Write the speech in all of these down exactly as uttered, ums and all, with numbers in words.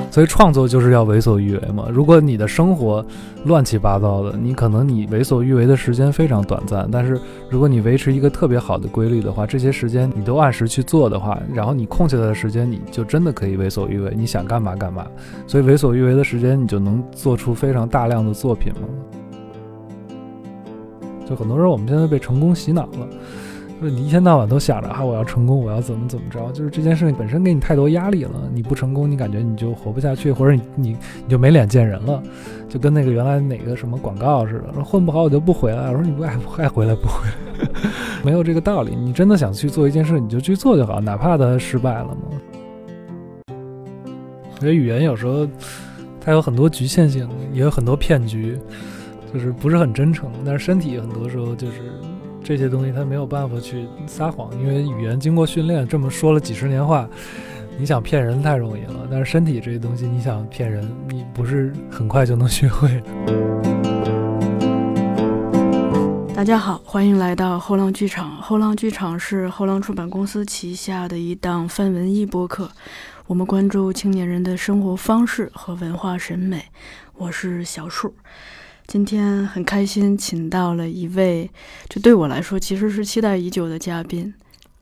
所以创作就是要为所欲为嘛。如果你的生活乱七八糟的，你可能你为所欲为的时间非常短暂，但是如果你维持一个特别好的规律的话，这些时间你都按时去做的话，然后你空下来的时间你就真的可以为所欲为，你想干嘛干嘛。所以为所欲为的时间你就能做出非常大量的作品嘛。就很多人我们现在被成功洗脑了，就是你一天到晚都想着啊，我要成功，我要怎么怎么着，就是这件事情本身给你太多压力了，你不成功，你感觉你就活不下去，或者你你你就没脸见人了，就跟那个原来哪个什么广告似的，说混不好我就不回来，我说你不爱不爱回来不回来，没有这个道理。你真的想去做一件事，你就去做就好，哪怕它失败了嘛。我觉得语言有时候它有很多局限性，也有很多骗局，就是不是很真诚。但是身体很多时候就是这些东西它没有办法去撒谎，因为语言经过训练，这么说了几十年话，你想骗人太容易了，但是身体这些东西你想骗人，你不是很快就能学会的。 大家好，欢迎来到后浪剧场。后浪剧场是后浪出版公司旗下的一档泛文艺播客，我们关注青年人的生活方式和文化审美。我是小树，今天很开心请到了一位，这对我来说其实是期待已久的嘉宾。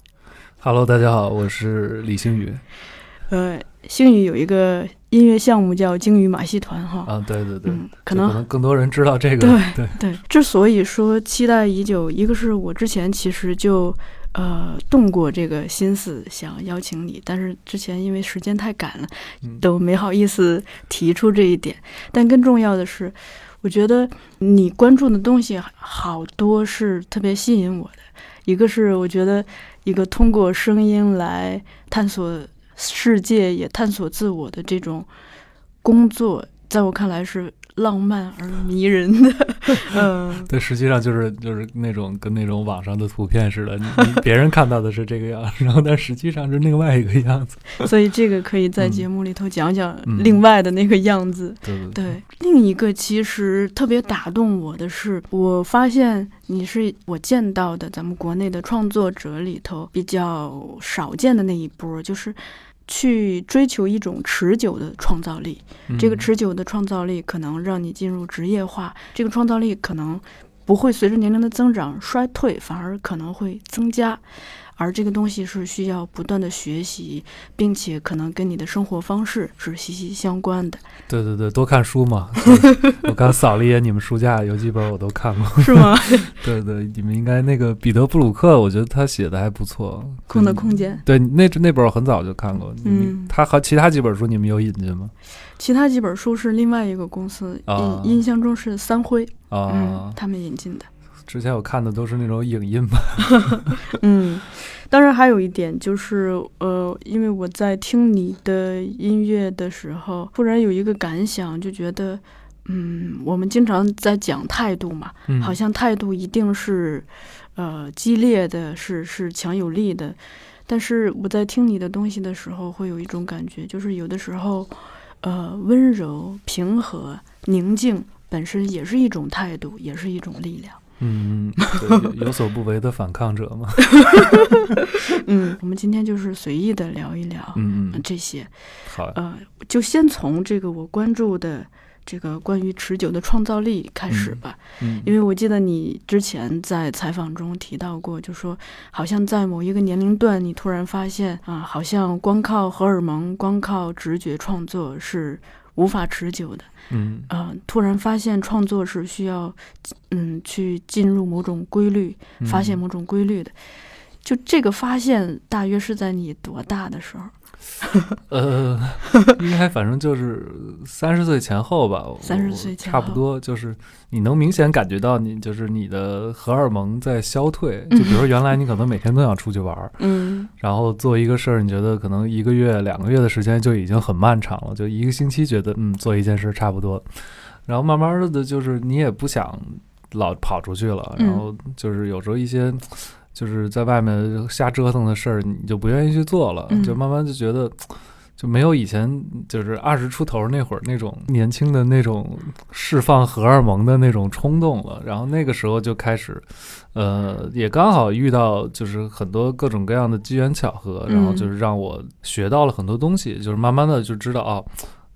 Hello， 大家好，我是李星宇。 呃，星宇有一个音乐项目叫鲸鱼马戏团哈。 啊，对对对， 嗯，可能可能更多人知道这个。 对对对，之所以说期待已久，一个是我之前其实就呃动过这个心思想邀请你，但是之前因为时间太赶了，都没好意思提出这一点。但更重要的是，我觉得你关注的东西好多是特别吸引我的。一个是我觉得一个通过声音来探索世界也探索自我的这种工作，在我看来是浪漫而迷人的。嗯， 对，实际上就是就是那种跟那种网上的图片似的，你你别人看到的是这个样子，然后但实际上是另外一个样子。 所以这个可以在节目里头讲讲另外的那个样子。 嗯嗯、对, 对, 对。 另一个其实特别打动我的是，我发现你是我见到的咱们国内的创作者里头比较少见的那一波，就是去追求一种持久的创造力。这个持久的创造力可能让你进入职业化，这个创造力可能不会随着年龄的增长衰退，反而可能会增加。而这个东西是需要不断的学习，并且可能跟你的生活方式是息息相关的。 对对对，多看书嘛。我刚扫了一眼你们书架，有几本我都看过。 是吗？ 对对，你们应该那个彼得布鲁克，我觉得他写的还不错。 空的空间。 对，那那本我很早就看过。 嗯， 他和其他几本书你们有引进吗？ 其他几本书是另外一个公司，啊、印象中是三辉啊、嗯，他们引进的。 之前我看的都是那种影音吧。 嗯，当然还有一点就是，呃，因为我在听你的音乐的时候，突然有一个感想，就觉得，嗯，我们经常在讲态度嘛，嗯、好像态度一定是，呃，激烈的，是是强有力的。但是我在听你的东西的时候，会有一种感觉，就是有的时候，呃，温柔、平和、宁静本身也是一种态度，也是一种力量。 嗯，对，有所不为的反抗者嘛。 嗯，我们今天就是随意的聊一聊， 嗯嗯， 这些。 好， 呃，就先从这个我关注的这个关于持久的创造力开始吧。 嗯， 因为我记得你之前在采访中提到过，就说好像在某一个年龄段，你突然发现啊，好像光靠荷尔蒙、光靠直觉创作是无法持久的。 嗯， 呃，突然发现创作是需要，嗯，去进入某种规律，发现某种规律的。嗯、就这个发现，大约是在你多大的时候？ 呃，应该反正就是三十岁前后吧。 三十岁前后， 差不多就是你能明显感觉到你就是你的荷尔蒙在消退。就比如说原来你可能每天都想出去玩， 嗯， 然后做一个事儿，你觉得可能一个月、两个月的时间就已经很漫长了，就一个星期觉得嗯做一件事差不多，然后慢慢的就是你也不想老跑出去了，然后就是有时候一些。就是在外面瞎折腾的事儿，你就不愿意去做了， 嗯、 就慢慢就觉得就没有以前就是二十出头那会儿那种年轻的那种释放荷尔蒙的那种冲动了。然后那个时候就开始，呃，也刚好遇到就是很多各种各样的机缘巧合，然后就是让我学到了很多东西，就是慢慢的就知道哦。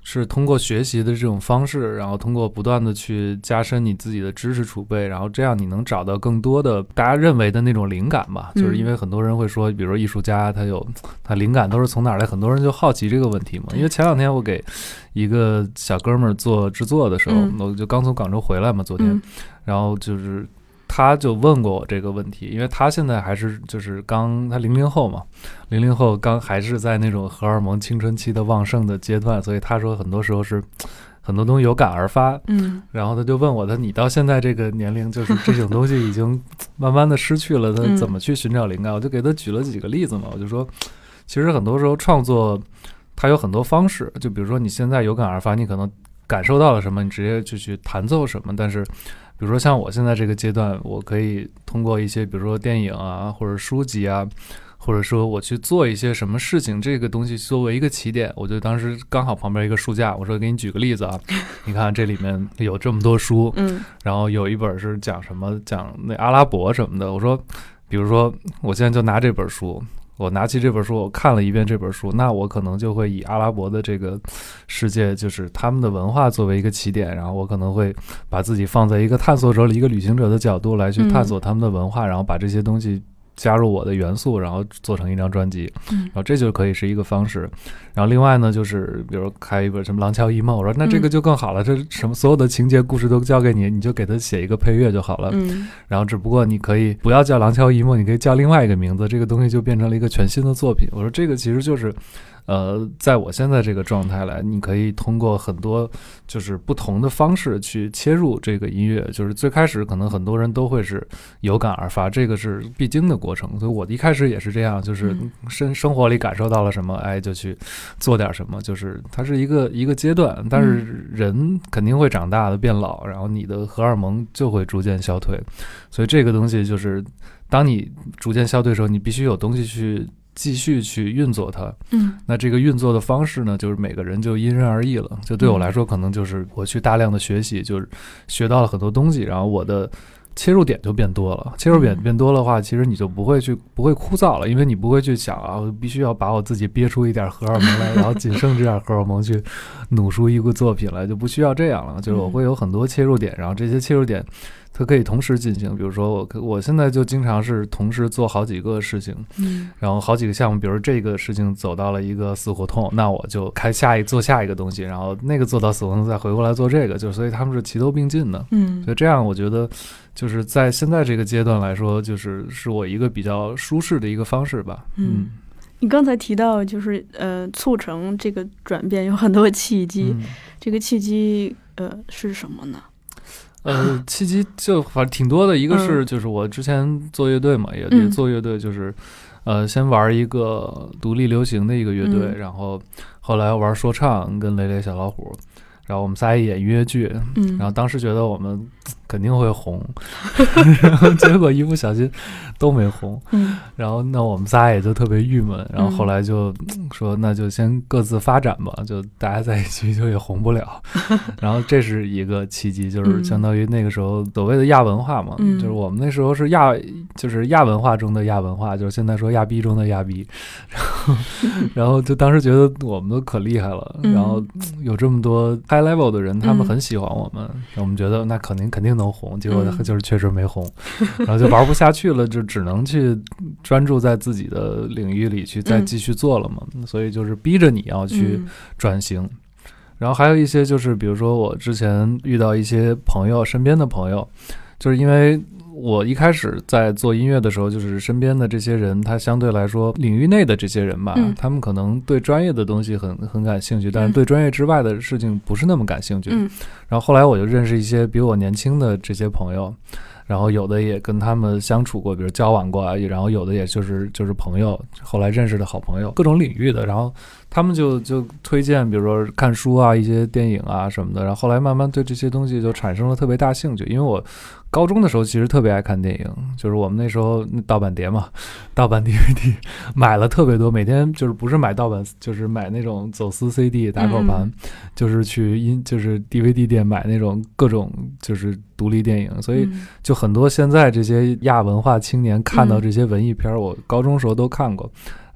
是通过学习的这种方式，然后通过不断的去加深你自己的知识储备，然后这样你能找到更多的大家认为的那种灵感吧。就是因为很多人会说，比如说艺术家他有他灵感都是从哪儿来，很多人就好奇这个问题嘛。因为前两天我给一个小哥们儿做制作的时候， 嗯、 我就刚从广州回来嘛，昨天， 嗯、 然后就是他就问过我这个问题，因为他现在还是就是刚他零零后嘛，零零后刚还是在那种荷尔蒙青春期的旺盛的阶段，所以他说很多时候是很多东西有感而发。 嗯， 然后他就问我，他你到现在这个年龄，就是这种东西已经慢慢的失去了，他怎么去寻找灵感？我就给他举了几个例子嘛，我就说，其实很多时候创作它有很多方式，就比如说你现在有感而发，你可能感受到了什么，你直接就去弹奏什么，但是比如说像我现在这个阶段，我可以通过一些比如说电影啊或者书籍啊，或者说我去做一些什么事情，这个东西作为一个起点，我就当时刚好旁边一个书架，我说给你举个例子啊，你看这里面有这么多书， 嗯， 然后有一本是讲什么，讲那阿拉伯什么的，我说比如说我现在就拿这本书，我拿起这本书，我看了一遍这本书，那我可能就会以阿拉伯的这个世界，就是他们的文化作为一个起点，然后我可能会把自己放在一个探索者、一个旅行者的角度来去探索他们的文化，嗯、然后把这些东西加入我的元素，然后做成一张专辑，然后这就可以是一个方式。然后另外呢，就是比如开一本什么《廊桥遗梦》，我说那这个就更好了，这什么所有的情节故事都交给你，你就给他写一个配乐就好了。 嗯， 然后只不过你可以不要叫《廊桥遗梦》，你可以叫另外一个名字，这个东西就变成了一个全新的作品。我说这个其实就是呃，在我现在这个状态来，你可以通过很多就是不同的方式去切入这个音乐。就是最开始可能很多人都会是有感而发，这个是必经的过程。所以我一开始也是这样，就是生生活里感受到了什么，哎，就去做点什么。就是它是一个一个阶段，但是人肯定会长大的变老，然后你的荷尔蒙就会逐渐消退。所以这个东西就是当你逐渐消退的时候，你必须有东西去继续去运作它。 嗯， 那这个运作的方式呢，就是每个人就因人而异了。就对我来说，可能就是我去大量的学习，就是学到了很多东西，然后我的切入点就变多了。切入点变多的话，其实你就不会去不会枯燥了，因为你不会去想啊，我必须要把我自己憋出一点荷尔蒙来，然后仅剩这点荷尔蒙去努出一个作品来，就不需要这样了。就是我会有很多切入点，然后这些切入点它可以同时进行。比如说我我现在就经常是同时做好几个事情， 嗯， 然后好几个项目，比如这个事情走到了一个死胡同，那我就开下一做下一个东西，然后那个做到死胡同再回过来做这个，就所以他们是齐头并进的。 嗯， 所以这样我觉得就是在现在这个阶段来说，就是是我一个比较舒适的一个方式吧。 嗯，嗯你刚才提到就是呃促成这个转变有很多契机，嗯、这个契机呃是什么呢？ 呃，契机就反正挺多的，一个是就是我之前做乐队嘛，嗯、也也做乐队，就是呃先玩一个独立流行的一个乐队，嗯、然后后来玩说唱，跟雷雷小老虎，然后我们仨也演音乐剧， 嗯， 然后当时觉得我们肯定会红，然后结果一不小心都没红， 嗯， 然后那我们仨也就特别郁闷，然后后来就说那就先各自发展吧，就大家在一起就也红不了，然后这是一个契机，就是相当于那个时候所谓的亚文化嘛， 嗯、 就是我们那时候是亚，就是亚文化中的亚文化，就是现在说亚逼中的亚逼，然后然后就当时觉得我们都可厉害了， 嗯、 然后有这么多 high level 的人，他们很喜欢我们，嗯、我们觉得那肯定肯定能红，结果就是确实没红，嗯、然后就玩不下去了，就只能去专注在自己的领域里去再继续做了嘛，嗯、所以就是逼着你要去转型。嗯、然后还有一些就是比如说我之前遇到一些朋友，身边的朋友，就是因为我一开始在做音乐的时候，就是身边的这些人，他相对来说领域内的这些人吧， 嗯、 他们可能对专业的东西很很感兴趣，但是对专业之外的事情不是那么感兴趣。 嗯、 然后后来我就认识一些比我年轻的这些朋友，然后有的也跟他们相处过，比如交往过啊，然后有的也就是就是朋友，后来认识的好朋友，各种领域的，然后他们就就推荐，比如说看书啊，一些电影啊什么的，然后后来慢慢对这些东西就产生了特别大兴趣。因为我高中的时候其实特别爱看电影，就是我们那时候盗版碟嘛，盗版 D V D 买了特别多，每天就是不是买盗版，就是买那种走私 C D 打口盘，嗯、就是去音就是 D V D 店买那种各种就是独立电影，所以就很多现在这些亚文化青年看到这些文艺片，嗯、我高中时候都看过。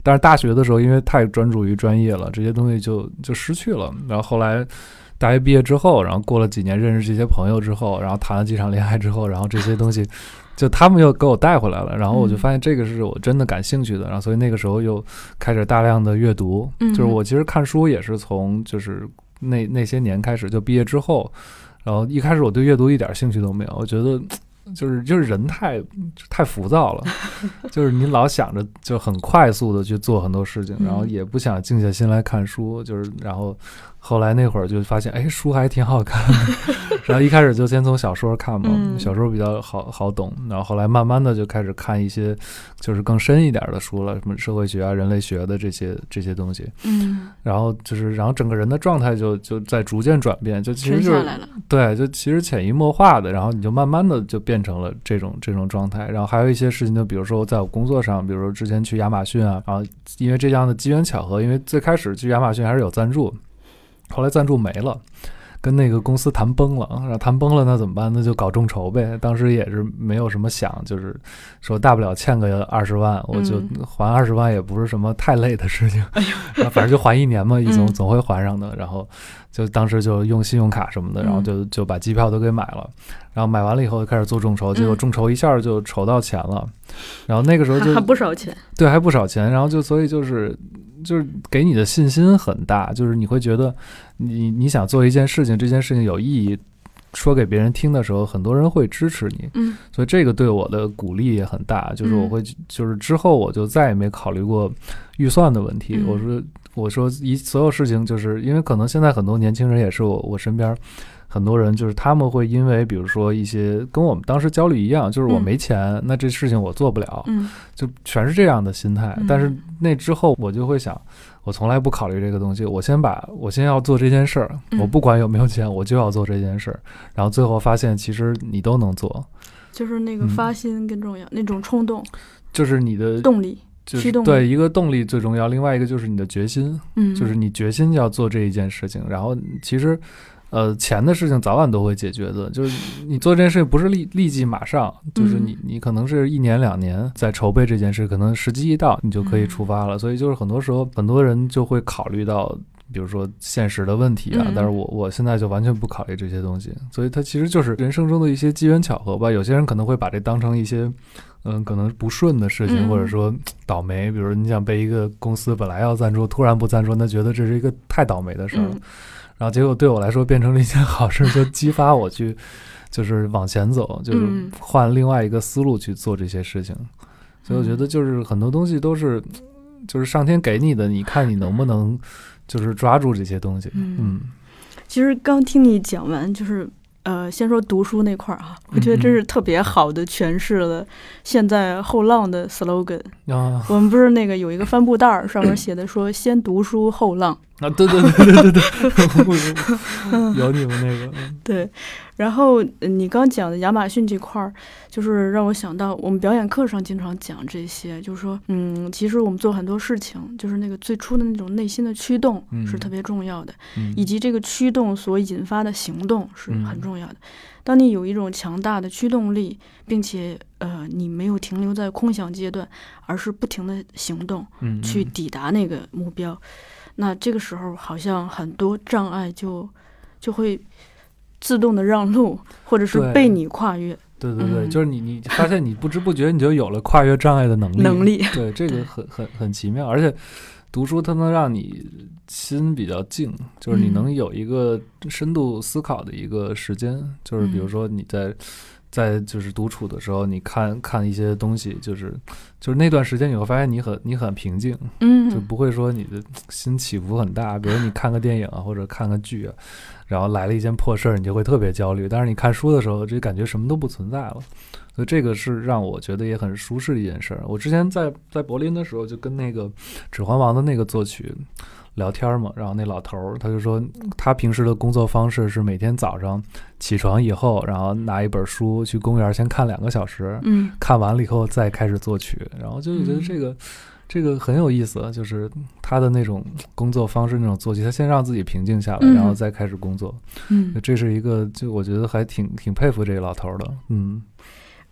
但是大学的时候因为太专注于专业了，这些东西就就失去了。然后后来大学毕业之后，然后过了几年认识这些朋友之后，然后谈了几场恋爱之后，然后这些东西就他们又给我带回来了，然后我就发现这个是我真的感兴趣的，然后所以那个时候又开始大量的阅读，就是我其实看书也是从就是那那些年开始，就毕业之后，然后一开始我对阅读一点兴趣都没有，我觉得就是就是人太太浮躁了，就是你老想着就很快速的去做很多事情，然后也不想静下心来看书，就是然后后来那会儿就发现，哎，书还挺好看的，然后一开始就先从小说看嘛，小说比较好好懂，然后后来慢慢的就开始看一些就是更深一点的书了，什么社会学啊、人类学的这些这些东西， 嗯， 然后就是然后整个人的状态就就在逐渐转变，就其实就是对，就其实潜移默化的，然后你就慢慢的就变成了这种这种状态。然后还有一些事情，就比如说在我工作上，比如说之前去亚马逊啊，然后因为这样的机缘巧合，因为最开始去亚马逊还是有赞助，后来赞助没了，跟那个公司谈崩了，然后谈崩了那怎么办？那就搞众筹呗。当时也是没有什么想，就是说大不了欠个二十万，我就还二十万，也不是什么太累的事情， 嗯、 反正就还一年嘛，一总总会还上的。然后就当时就用信用卡什么的，然后就就把机票都给买了，然后买完了以后就开始做众筹，结果众筹一下就筹到钱了，然后那个时候就还不少钱， 对，还不少钱，然后就所以就是就是给你的信心很大，就是你会觉得你你想做一件事情，这件事情有意义，说给别人听的时候，很多人会支持你， 嗯， 所以这个对我的鼓励也很大，就是我会、嗯、就是之后我就再也没考虑过预算的问题，嗯、我说我说一所有事情，就是因为可能现在很多年轻人也是我我身边很多人，就是他们会因为比如说一些跟我们当时焦虑一样，就是我没钱、嗯、那这事情我做不了、 嗯、 就全是这样的心态、嗯、但是那之后我就会想，我从来不考虑这个东西，我先把我先要做这件事儿、嗯、我不管有没有钱我就要做这件事儿，然后最后发现其实你都能做， 就是那个发心更重要、嗯、那种冲动就是你的动力就是对，一个动力最重要，另外一个就是你的决心， 嗯， 就是你决心要做这一件事情，然后其实呃，钱的事情早晚都会解决的，就是你做这件事情不是立立即马上，就是你你可能是一年两年在筹备这件事，可能时机一到你就可以出发了、嗯、所以就是很多时候很多人就会考虑到比如说现实的问题啊，但是我我现在就完全不考虑这些东西，所以它其实就是人生中的一些机缘巧合吧。有些人可能会把这当成一些嗯可能不顺的事情，或者说倒霉，比如你想被一个公司本来要赞助突然不赞助，那觉得这是一个太倒霉的事儿了、嗯、然后结果对我来说变成了一件好事，就激发我去就是往前走，就是换另外一个思路去做这些事情、嗯、所以我觉得就是很多东西都是就是上天给你的，你看你能不能就是抓住这些东西。 嗯, 嗯其实刚听你讲完，就是呃，先说读书那块儿啊，我觉得这是特别好的诠释了现在后浪的 slogan、啊、我们不是那个有一个帆布袋上面写的说先读书后浪啊，对对对对对对，有你们那个， 对。然后你刚讲的亚马逊这块儿，就是让我想到我们表演课上经常讲这些，就是说，嗯，其实我们做很多事情，就是那个最初的那种内心的驱动是特别重要的，嗯、以及这个驱动所引发的行动是很重要的。嗯、当你有一种强大的驱动力，并且呃，你没有停留在空想阶段，而是不停的行动， 嗯， 去抵达那个目标。那这个时候好像很多障碍就就会自动的让路，或者是被你跨越。 对对对、嗯、就是你你发现你不知不觉你就有了跨越障碍的能力能力对，这个很很很奇妙。而且读书它能让你心比较静，就是你能有一个深度思考的一个时间、嗯、就是比如说你在在就是独处的时候，你看看一些东西，就是就是那段时间你会发现你很你很平静， 嗯， 就不会说你的心起伏很大。比如你看个电影啊，或者看个剧啊，然后来了一件破事儿，你就会特别焦虑。但是你看书的时候，这感觉什么都不存在了，所以这个是让我觉得也很舒适的一件事儿。我之前在在柏林的时候，就跟那个《指环王》的那个作曲聊天嘛，然后那老头他就说他平时的工作方式是每天早上起床以后，然后拿一本书去公园先看两个小时， 嗯， 看完了以后再开始作曲，然后就觉得这个、嗯、这个很有意思，就是他的那种工作方式，那种作息，他先让自己平静下来、嗯、然后再开始工作， 嗯， 这是一个就我觉得还挺挺佩服这个老头的，嗯。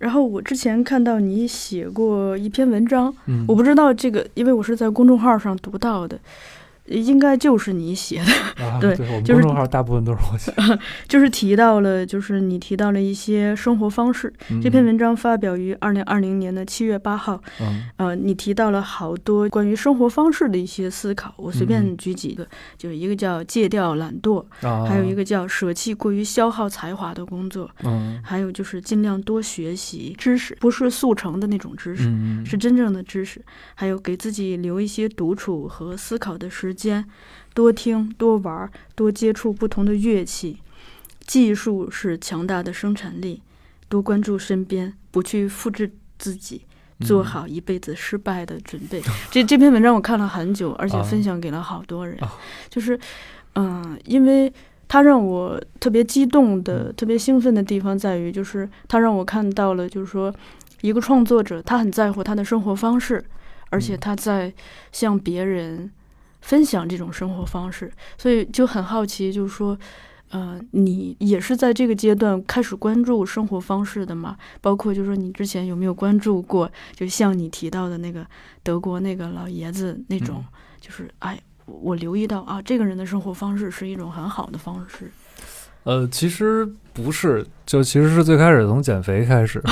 然后我之前看到你写过一篇文章， 嗯， 我不知道这个，因为我是在公众号上读到的，应该就是你写的。 啊、 对， 对，我们就是公众号大部分都是我写的， 就是提到了，就是你提到了一些生活方式。 嗯、 这篇文章发表于二零二零年的七月八号。 嗯， 呃，你提到了好多关于生活方式的一些思考，我随便举几个， 嗯、 就是一个叫戒掉懒惰， 啊、 还有一个叫舍弃过于消耗才华的工作， 嗯， 还有就是尽量多学习知识，不是速成的那种知识， 嗯、 是真正的知识，还有给自己留一些独处和思考的时间。多听多玩多接触不同的乐器，技术是强大的生产力，多关注身边，不去复制自己，做好一辈子失败的准备。嗯、这这篇文章我看了很久，而且分享给了好多人。啊、就是嗯、呃，因为它让我特别激动的、特别兴奋的地方在于，就是它让我看到了，就是说一个创作者他很在乎他的生活方式，而且他在向别人分享这种生活方式，所以就很好奇，就是说，呃，你也是在这个阶段开始关注生活方式的吗？包括就是说，你之前有没有关注过，就像你提到的那个德国那个老爷子那种，嗯、就是哎，我留意到啊，这个人的生活方式是一种很好的方式。 呃，其实不是，就其实是最开始从减肥开始。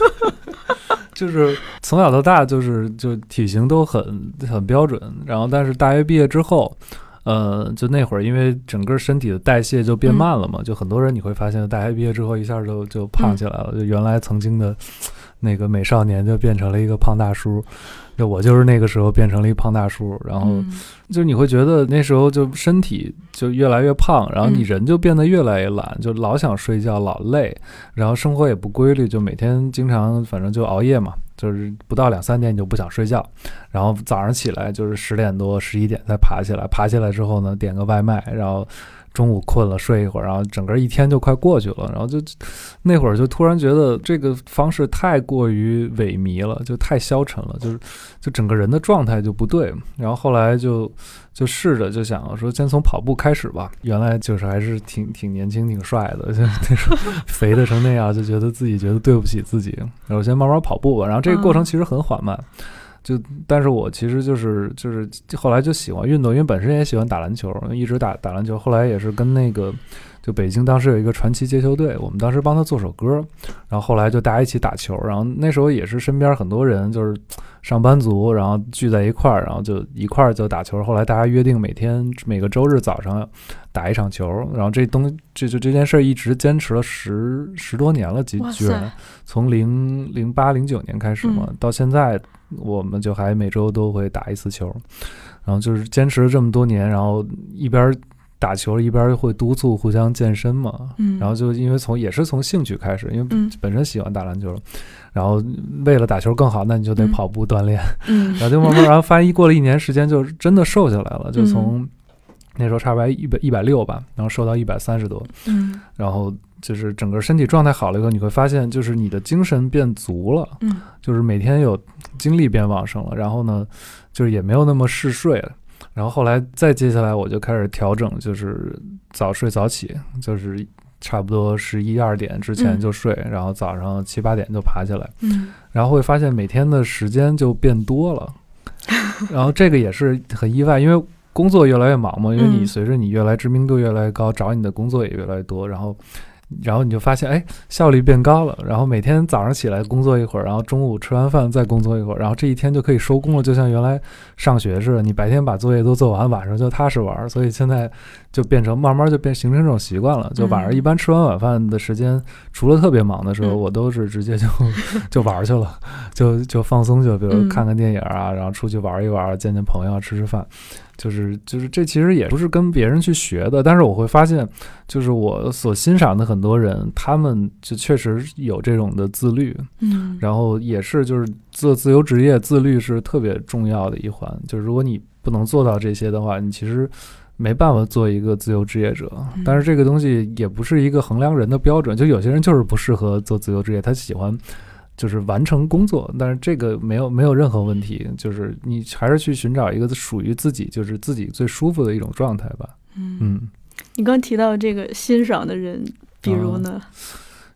就是从小到大就是就体型都很很标准，然后但是大学毕业之后，呃，就那会儿因为整个身体的代谢就变慢了嘛，嗯、就很多人你会发现大学毕业之后一下就就胖起来了，嗯、就原来曾经的那个美少年就变成了一个胖大叔。就我就是那个时候变成了一胖大叔，然后就你会觉得那时候就身体就越来越胖，然后你人就变得越来越懒，就老想睡觉，老累，然后生活也不规律，就每天经常反正就熬夜嘛，就是不到两三点你就不想睡觉，然后早上起来就是十点多十一点才爬起来，爬起来之后呢点个外卖，然后中午困了睡一会儿，然后整个一天就快过去了，然后就那会儿就突然觉得这个方式太过于萎靡了，就太消沉了，就是就整个人的状态就不对。然后后来就就试着就想说先从跑步开始吧，原来就是还是挺挺年轻挺帅的，就那时候肥的成那样，就觉得自己觉得对不起自己，然后先慢慢跑步吧。然后这个过程其实很缓慢。就但是我其实就是就是后来就喜欢运动，因为本身也喜欢打篮球，一直打打篮球。后来也是跟那个就北京当时有一个传奇街球队，我们当时帮他做首歌，然后后来就大家一起打球，然后那时候也是身边很多人就是上班族，然后聚在一块儿，然后就一块儿就打球。后来大家约定每天每个周日早上打一场球，然后这东这就这件事一直坚持了十十多年了，居然从零零八零九年开始嘛，嗯、到现在。我们就还每周都会打一次球，然后就是坚持了这么多年，然后一边打球一边会督促互相健身嘛，嗯、然后就因为从也是从兴趣开始，因为本身喜欢打篮球，嗯、然后为了打球更好，那你就得跑步锻炼，嗯、然后就慢慢，然后发现过了一年时间就真的瘦下来了，就从那时候差不多一百一百六吧，然后瘦到一百三十多，嗯，然后。就是整个身体状态好了以后，你会发现就是你的精神变足了，嗯，就是每天有精力变旺盛了，然后呢就是也没有那么嗜睡了，然后后来再接下来我就开始调整，就是早睡早起，就是差不多十一二点之前就睡，嗯、然后早上七八点就爬起来，嗯，然后会发现每天的时间就变多了，然后这个也是很意外，因为工作越来越忙嘛，因为你随着你越来知名度越来越高，找你的工作也越来越多，然后然后你就发现哎效率变高了，然后每天早上起来工作一会儿，然后中午吃完饭再工作一会儿，然后这一天就可以收工了，就像原来上学似的，你白天把作业都做完，晚上就踏实玩，所以现在就变成慢慢就变形成这种习惯了，就晚上一般吃完晚饭的时间，嗯、除了特别忙的时候，我都是直接就就玩去了，就就放松，就比如看看电影啊，然后出去玩一玩，见见朋友，吃吃饭。就是就是这其实也不是跟别人去学的，但是我会发现就是我所欣赏的很多人，他们就确实有这种的自律，嗯，然后也是就是做自由职业，自律是特别重要的一环，就是如果你不能做到这些的话，你其实没办法做一个自由职业者，但是这个东西也不是一个衡量人的标准，就有些人就是不适合做自由职业，他喜欢就是完成工作，但是这个没有没有任何问题，就是你还是去寻找一个属于自己，就是自己最舒服的一种状态吧。嗯， 嗯你刚提到这个欣赏的人，比如呢？ 啊、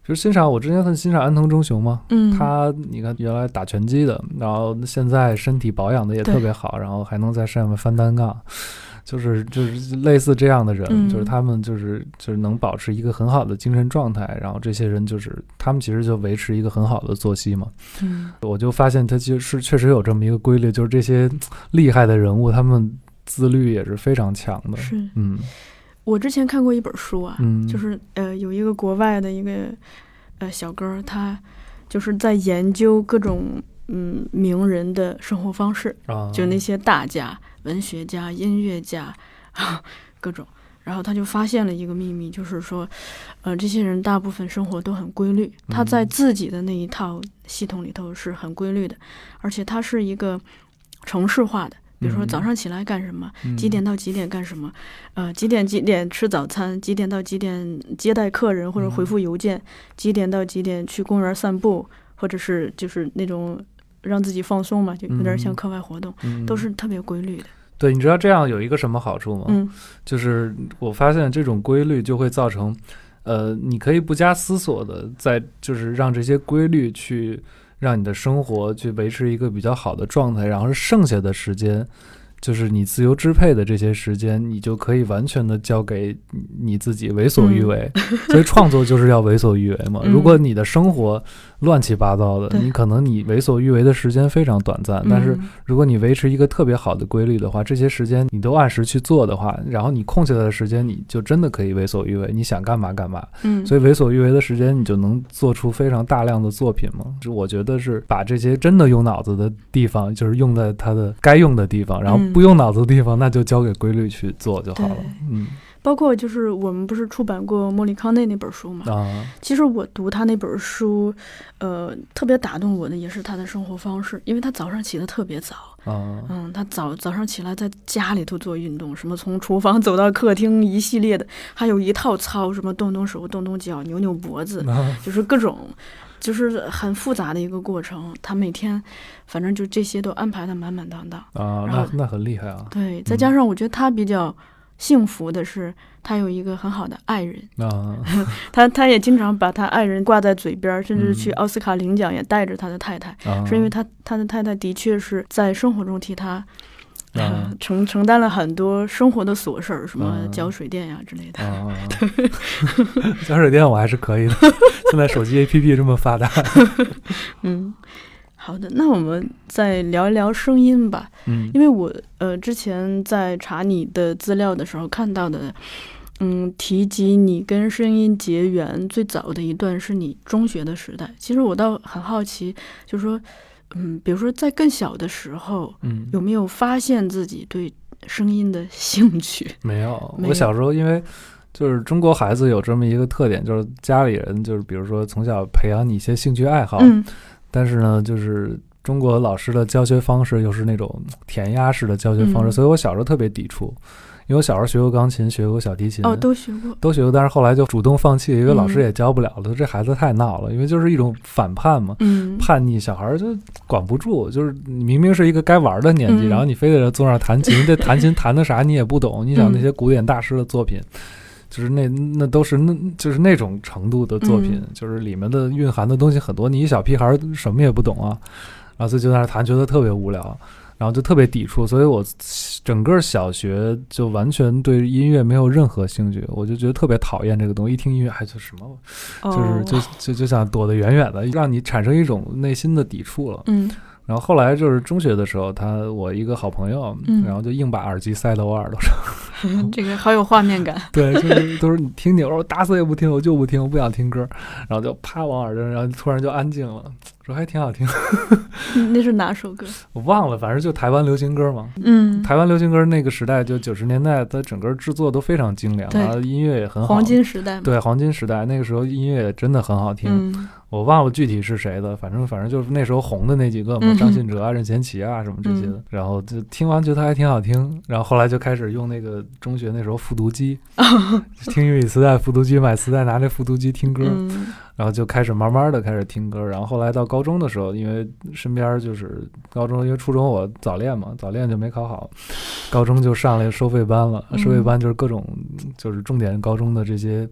就是欣赏，我之前很欣赏安藤忠雄嘛， 嗯， 他你看原来打拳击的，然后现在身体保养的也特别好，然后还能在上面翻单杠，就是就是类似这样的人， 嗯、 就是他们就是就是能保持一个很好的精神状态，然后这些人就是他们其实就维持一个很好的作息嘛。 嗯， 我就发现他其实是确实有这么一个规律，就是这些厉害的人物，他们自律也是非常强的。 是， 嗯。 我之前看过一本书啊， 嗯、 就是呃有一个国外的一个呃小哥，他就是在研究各种嗯名人的生活方式， 啊、 就那些大家、文学家、音乐家啊各种，然后他就发现了一个秘密，就是说，呃这些人大部分生活都很规律，他在自己的那一套系统里头是很规律的，而且他是一个程式化的。比如说早上起来干什么、嗯、几点到几点干什么，呃，几点几点吃早餐，几点到几点接待客人或者回复邮件、嗯、几点到几点去公园散步，或者是就是那种让自己放松嘛，就有点像课外活动、嗯、都是特别规律的。 对，你知道这样有一个什么好处吗？ 嗯， 就是我发现这种规律就会造成呃，你可以不加思索的在就是让这些规律去让你的生活去维持一个比较好的状态，然后剩下的时间就是你自由支配的这些时间，你就可以完全的交给你自己为所欲为、嗯、所以创作就是要为所欲为嘛、嗯、如果你的生活乱七八糟的，你可能你为所欲为的时间非常短暂、嗯、但是如果你维持一个特别好的规律的话，这些时间你都按时去做的话，然后你空下来的时间你就真的可以为所欲为，你想干嘛干嘛。 嗯， 所以为所欲为的时间你就能做出非常大量的作品嘛。就我觉得是把这些真的用脑子的地方就是用在它的该用的地方，然后不用脑子的地方、嗯、那就交给规律去做就好了。嗯，包括就是我们不是出版过莫里康内那本书嘛、啊、其实我读他那本书呃，特别打动我的也是他的生活方式，因为他早上起得特别早啊，嗯，他早早上起来在家里头做运动，什么从厨房走到客厅一系列的，还有一套操，什么动动手动动脚扭扭脖子、啊、就是各种就是很复杂的一个过程，他每天反正就这些都安排的满满当当啊，那那很厉害啊。 对，再加上我觉得他比较幸福的是他有一个很好的爱人啊，他他也经常把他爱人挂在嘴边，甚至去奥斯卡领奖也带着他的太太、嗯、是因为他他的太太的确是在生活中替他呃、嗯、承承担了很多生活的琐事儿，什么交水电呀、啊、之类的、 嗯、交水电我还是可以的现在手机 A P P 这么发达嗯，好的，那我们再聊一聊声音吧。嗯，因为我呃之前在查你的资料的时候看到的，嗯，提及你跟声音结缘最早的一段是你中学的时代。其实我倒很好奇，就是说，嗯，比如说在更小的时候，嗯，有没有发现自己对声音的兴趣？ 没有，我小时候因为。就是中国孩子有这么一个特点，就是家里人就是比如说从小培养你一些兴趣爱好、嗯、但是呢就是中国老师的教学方式又是那种填鸭式的教学方式、嗯、所以我小时候特别抵触，因为我小时候学过钢琴学过小提琴， 哦，都学过都学过，但是后来就主动放弃，因为老师也教不了了、嗯、这孩子太闹了，因为就是一种反叛嘛、嗯、叛逆，小孩就管不住，就是你明明是一个该玩的年纪、嗯、然后你非得坐那儿弹琴，这弹琴弹的啥你也不懂，你想那些古典大师的作品、嗯就是那那都是那就是那种程度的作品、嗯、就是里面的蕴含的东西很多，你一小屁孩什么也不懂啊，然后所以就在那弹，觉得特别无聊，然后就特别抵触，所以我整个小学就完全对音乐没有任何兴趣，我就觉得特别讨厌这个东西，一听音乐还就什么，就是就就就想躲得远远的，让你产生一种内心的抵触了。嗯。然后后来就是中学的时候，他我一个好朋友、嗯、然后就硬把耳机塞到我耳朵上、 嗯、这个好有画面感对，就是都是你听听，我说我打死也不听，我就不听，我不想听歌，然后就啪往耳朵上，然后突然就安静了，说还挺好听那是哪首歌我忘了，反正就台湾流行歌嘛。嗯，台湾流行歌那个时代就九十年代它整个制作都非常精良，然后音乐也很好， 黄金时代嘛， 对，黄金时代那个时候音乐也真的很好听、嗯、我忘了具体是谁的，反正反正就是那时候红的那几个嘛、嗯、张信哲啊任贤齐啊什么这些的、嗯、然后就听完觉得还挺好听，然后后来就开始用那个中学那时候复读机、哦、听英语磁带复读机，买磁带拿这复读机听歌、嗯，然后就开始慢慢的开始听歌，然后后来到高中的时候，因为身边就是高中，因为初中我早恋嘛，早恋就没考好，高中就上了收费班了，收费班就是各种就是重点高中的这些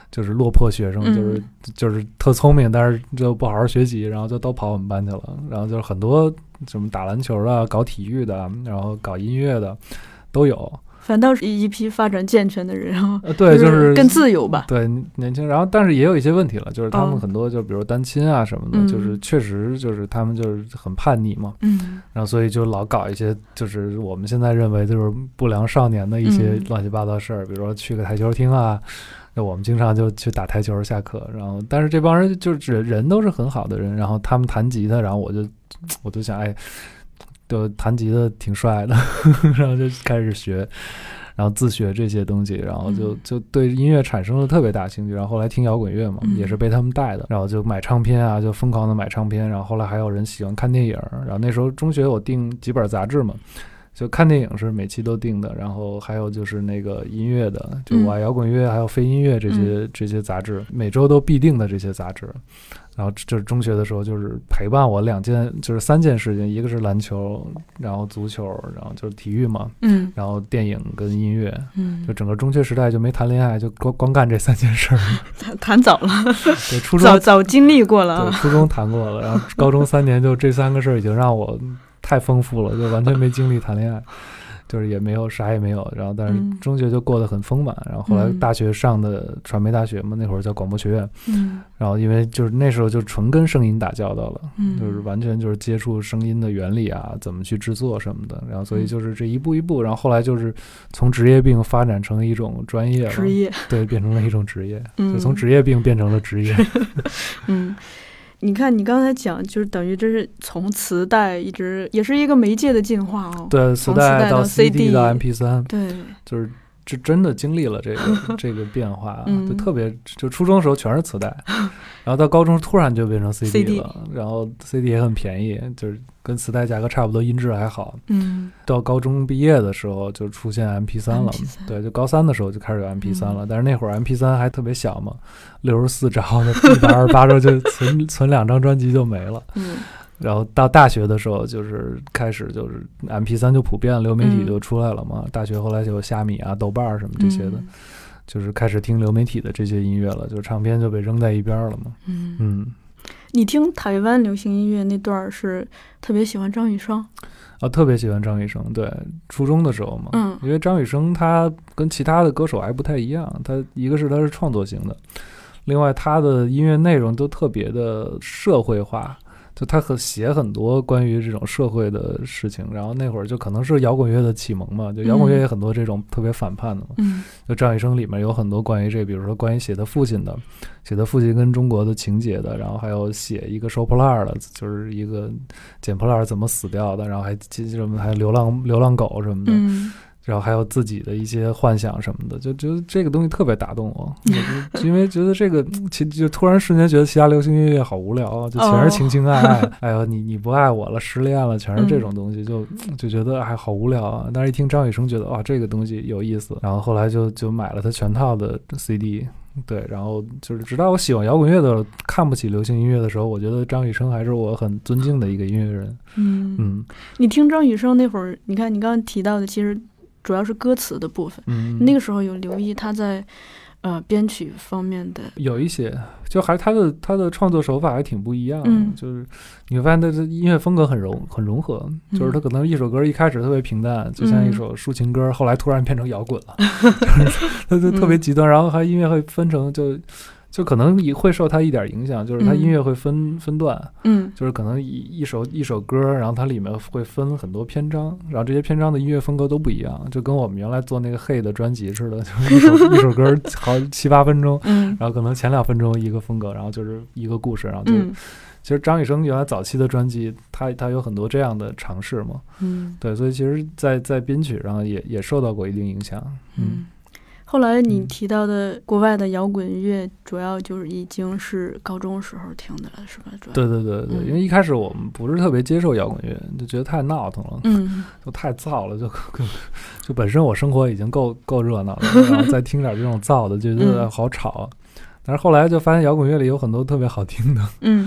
就是落魄学生， 嗯、 就是就是特聪明，但是就不好好学习，然后就都跑我们班去了。然后就是很多什么打篮球的、搞体育的，然后搞音乐的都有。 反倒是一批发展健全的人，然后呃，对，就是更自由吧。 对，年轻，然后但是也有一些问题了，就是他们很多就比如单亲啊什么的， 嗯、 就是确实就是他们就是很叛逆嘛， 嗯， 然后所以就老搞一些就是我们现在认为就是不良少年的一些乱七八糟事儿，嗯、比如说去个台球厅啊，那我们经常就去打台球下课，然后但是这帮人就是人都是很好的人，然后他们弹吉他，然后我就我就想哎。就弹吉他挺帅的然后就开始学，然后自学这些东西，然后就就对音乐产生了特别大兴趣，然后后来听摇滚乐嘛， 嗯、 也是被他们带的，然后就买唱片啊，就疯狂的买唱片，然后后来还有人喜欢看电影，然后那时候中学我订几本杂志嘛，就看电影是每期都订的，然后还有就是那个音乐的，就我爱摇滚乐还有非音乐这些、嗯、这些杂志，每周都必订的这些杂志。然后就是中学的时候，就是陪伴我两件，就是三件事情，一个是篮球，然后足球，然后就是体育嘛， 嗯， 然后电影跟音乐， 嗯， 就整个中学时代就没谈恋爱，就光光干这三件事儿。 谈早了， 对，初中早早经历过了， 对，初中谈过了，然后高中三年就这三个事儿已经让我太丰富了，就完全没经历谈恋爱。就是也没有啥也没有，然后但是中学就过得很丰满、嗯、然后后来大学上的传媒大学嘛、嗯、那会儿叫广播学院， 嗯， 然后因为就是那时候就纯跟声音打交道了， 嗯， 就是完全就是接触声音的原理啊，怎么去制作什么的，然后所以就是这一步一步，然后后来就是从职业病发展成一种专业了， 职业，对， 变成了一种职业， 嗯， 就从职业病变成了职业， 嗯。你看，你刚才讲，就是等于这是从磁带一直，也是一个媒介的进化哦。 对， 磁带到 C D 到 M P 三，对， 就是这真的经历了这个这个变化， 嗯、 就特别，就初中的时候全是磁带，然后到高中突然就变成 C D 了， C D 然后 C D 也很便宜，就是跟磁带价格差不多，音质还好。 嗯，到高中毕业的时候就出现 M P 三 了， M P 三对，就高三的时候就开始有 M P 三 了、 嗯， 但是那会儿 M P 三 还特别小嘛，六十四兆的，一百二十八兆就存存两张专辑就没了。 嗯。 然后到大学的时候，就是开始就是 M P 三 就普遍，流媒体就出来了嘛。嗯、大学后来就有虾米啊、豆瓣什么这些的、嗯，就是开始听流媒体的这些音乐了，就是唱片就被扔在一边了嘛。 嗯嗯， 你听台湾流行音乐那段是特别喜欢张雨生啊，特别喜欢张雨生。对，初中的时候嘛， 嗯， 因为张雨生他跟其他的歌手还不太一样，他一个是他是创作型的，另外他的音乐内容都特别的社会化。就他很写很多关于这种社会的事情，然后那会儿就可能是摇滚乐的启蒙嘛，就摇滚乐也很多这种特别反叛的嘛。 嗯， 就张雨生里面有很多关于这，比如说关于写他父亲的，写他父亲跟中国的情节的，然后还有写一个收破烂的，就是一个捡破烂怎么死掉的，然后还什么还流浪流浪狗什么的。 嗯， 然后还有自己的一些幻想什么的，就觉得这个东西特别打动我，就因为觉得这个其就突然瞬间觉得其他流行音乐好无聊，就全是情情爱爱，哦、哎呦你你不爱我了，失恋了，全是这种东西，就就觉得哎好无聊啊。但是一听张雨生，觉得哇这个东西有意思，然后后来就就买了他全套的 C D， 对，然后就是直到我喜欢摇滚乐的看不起流行音乐的时候，我觉得张雨生还是我很尊敬的一个音乐人。 嗯嗯， 你听张雨生那会儿，你看你刚刚提到的，其实。主要是歌词的部分， 嗯， 那个时候有留意他在呃编曲方面的， 有一些，就还他的他的创作手法还挺不一样的， 嗯， 就是你会发现他的音乐风格很融很融合， 嗯， 就是他可能一首歌一开始特别平淡，就像一首抒情歌，嗯，后来突然变成摇滚了，就是他就特别极端，然后他音乐会分成就。就可能也会受他一点影响，就是他音乐会分、嗯、分段， 嗯， 就是可能一一首一首歌，然后它里面会分很多篇章，然后这些篇章的音乐风格都不一样，就跟我们原来做那个 Hey 的专辑似的，就是一首一首歌好七八分钟， 嗯， 然后可能前两分钟一个风格，然后就是一个故事，然后就、嗯、其实张雨生原来早期的专辑，他他有很多这样的尝试嘛， 嗯， 对，所以其实在在编曲上也也受到过一定影响，嗯。 嗯后来你提到的国外的摇滚乐，主要就是已经是高中时候听的了，是吧？主要对对对对、嗯，因为一开始我们不是特别接受摇滚乐，就觉得太闹腾了， 嗯， 就太燥了，就就本身我生活已经够够热闹了，然后再听点这种燥的，就觉得好吵。嗯、但是后来就发现摇滚乐里有很多特别好听的， 嗯，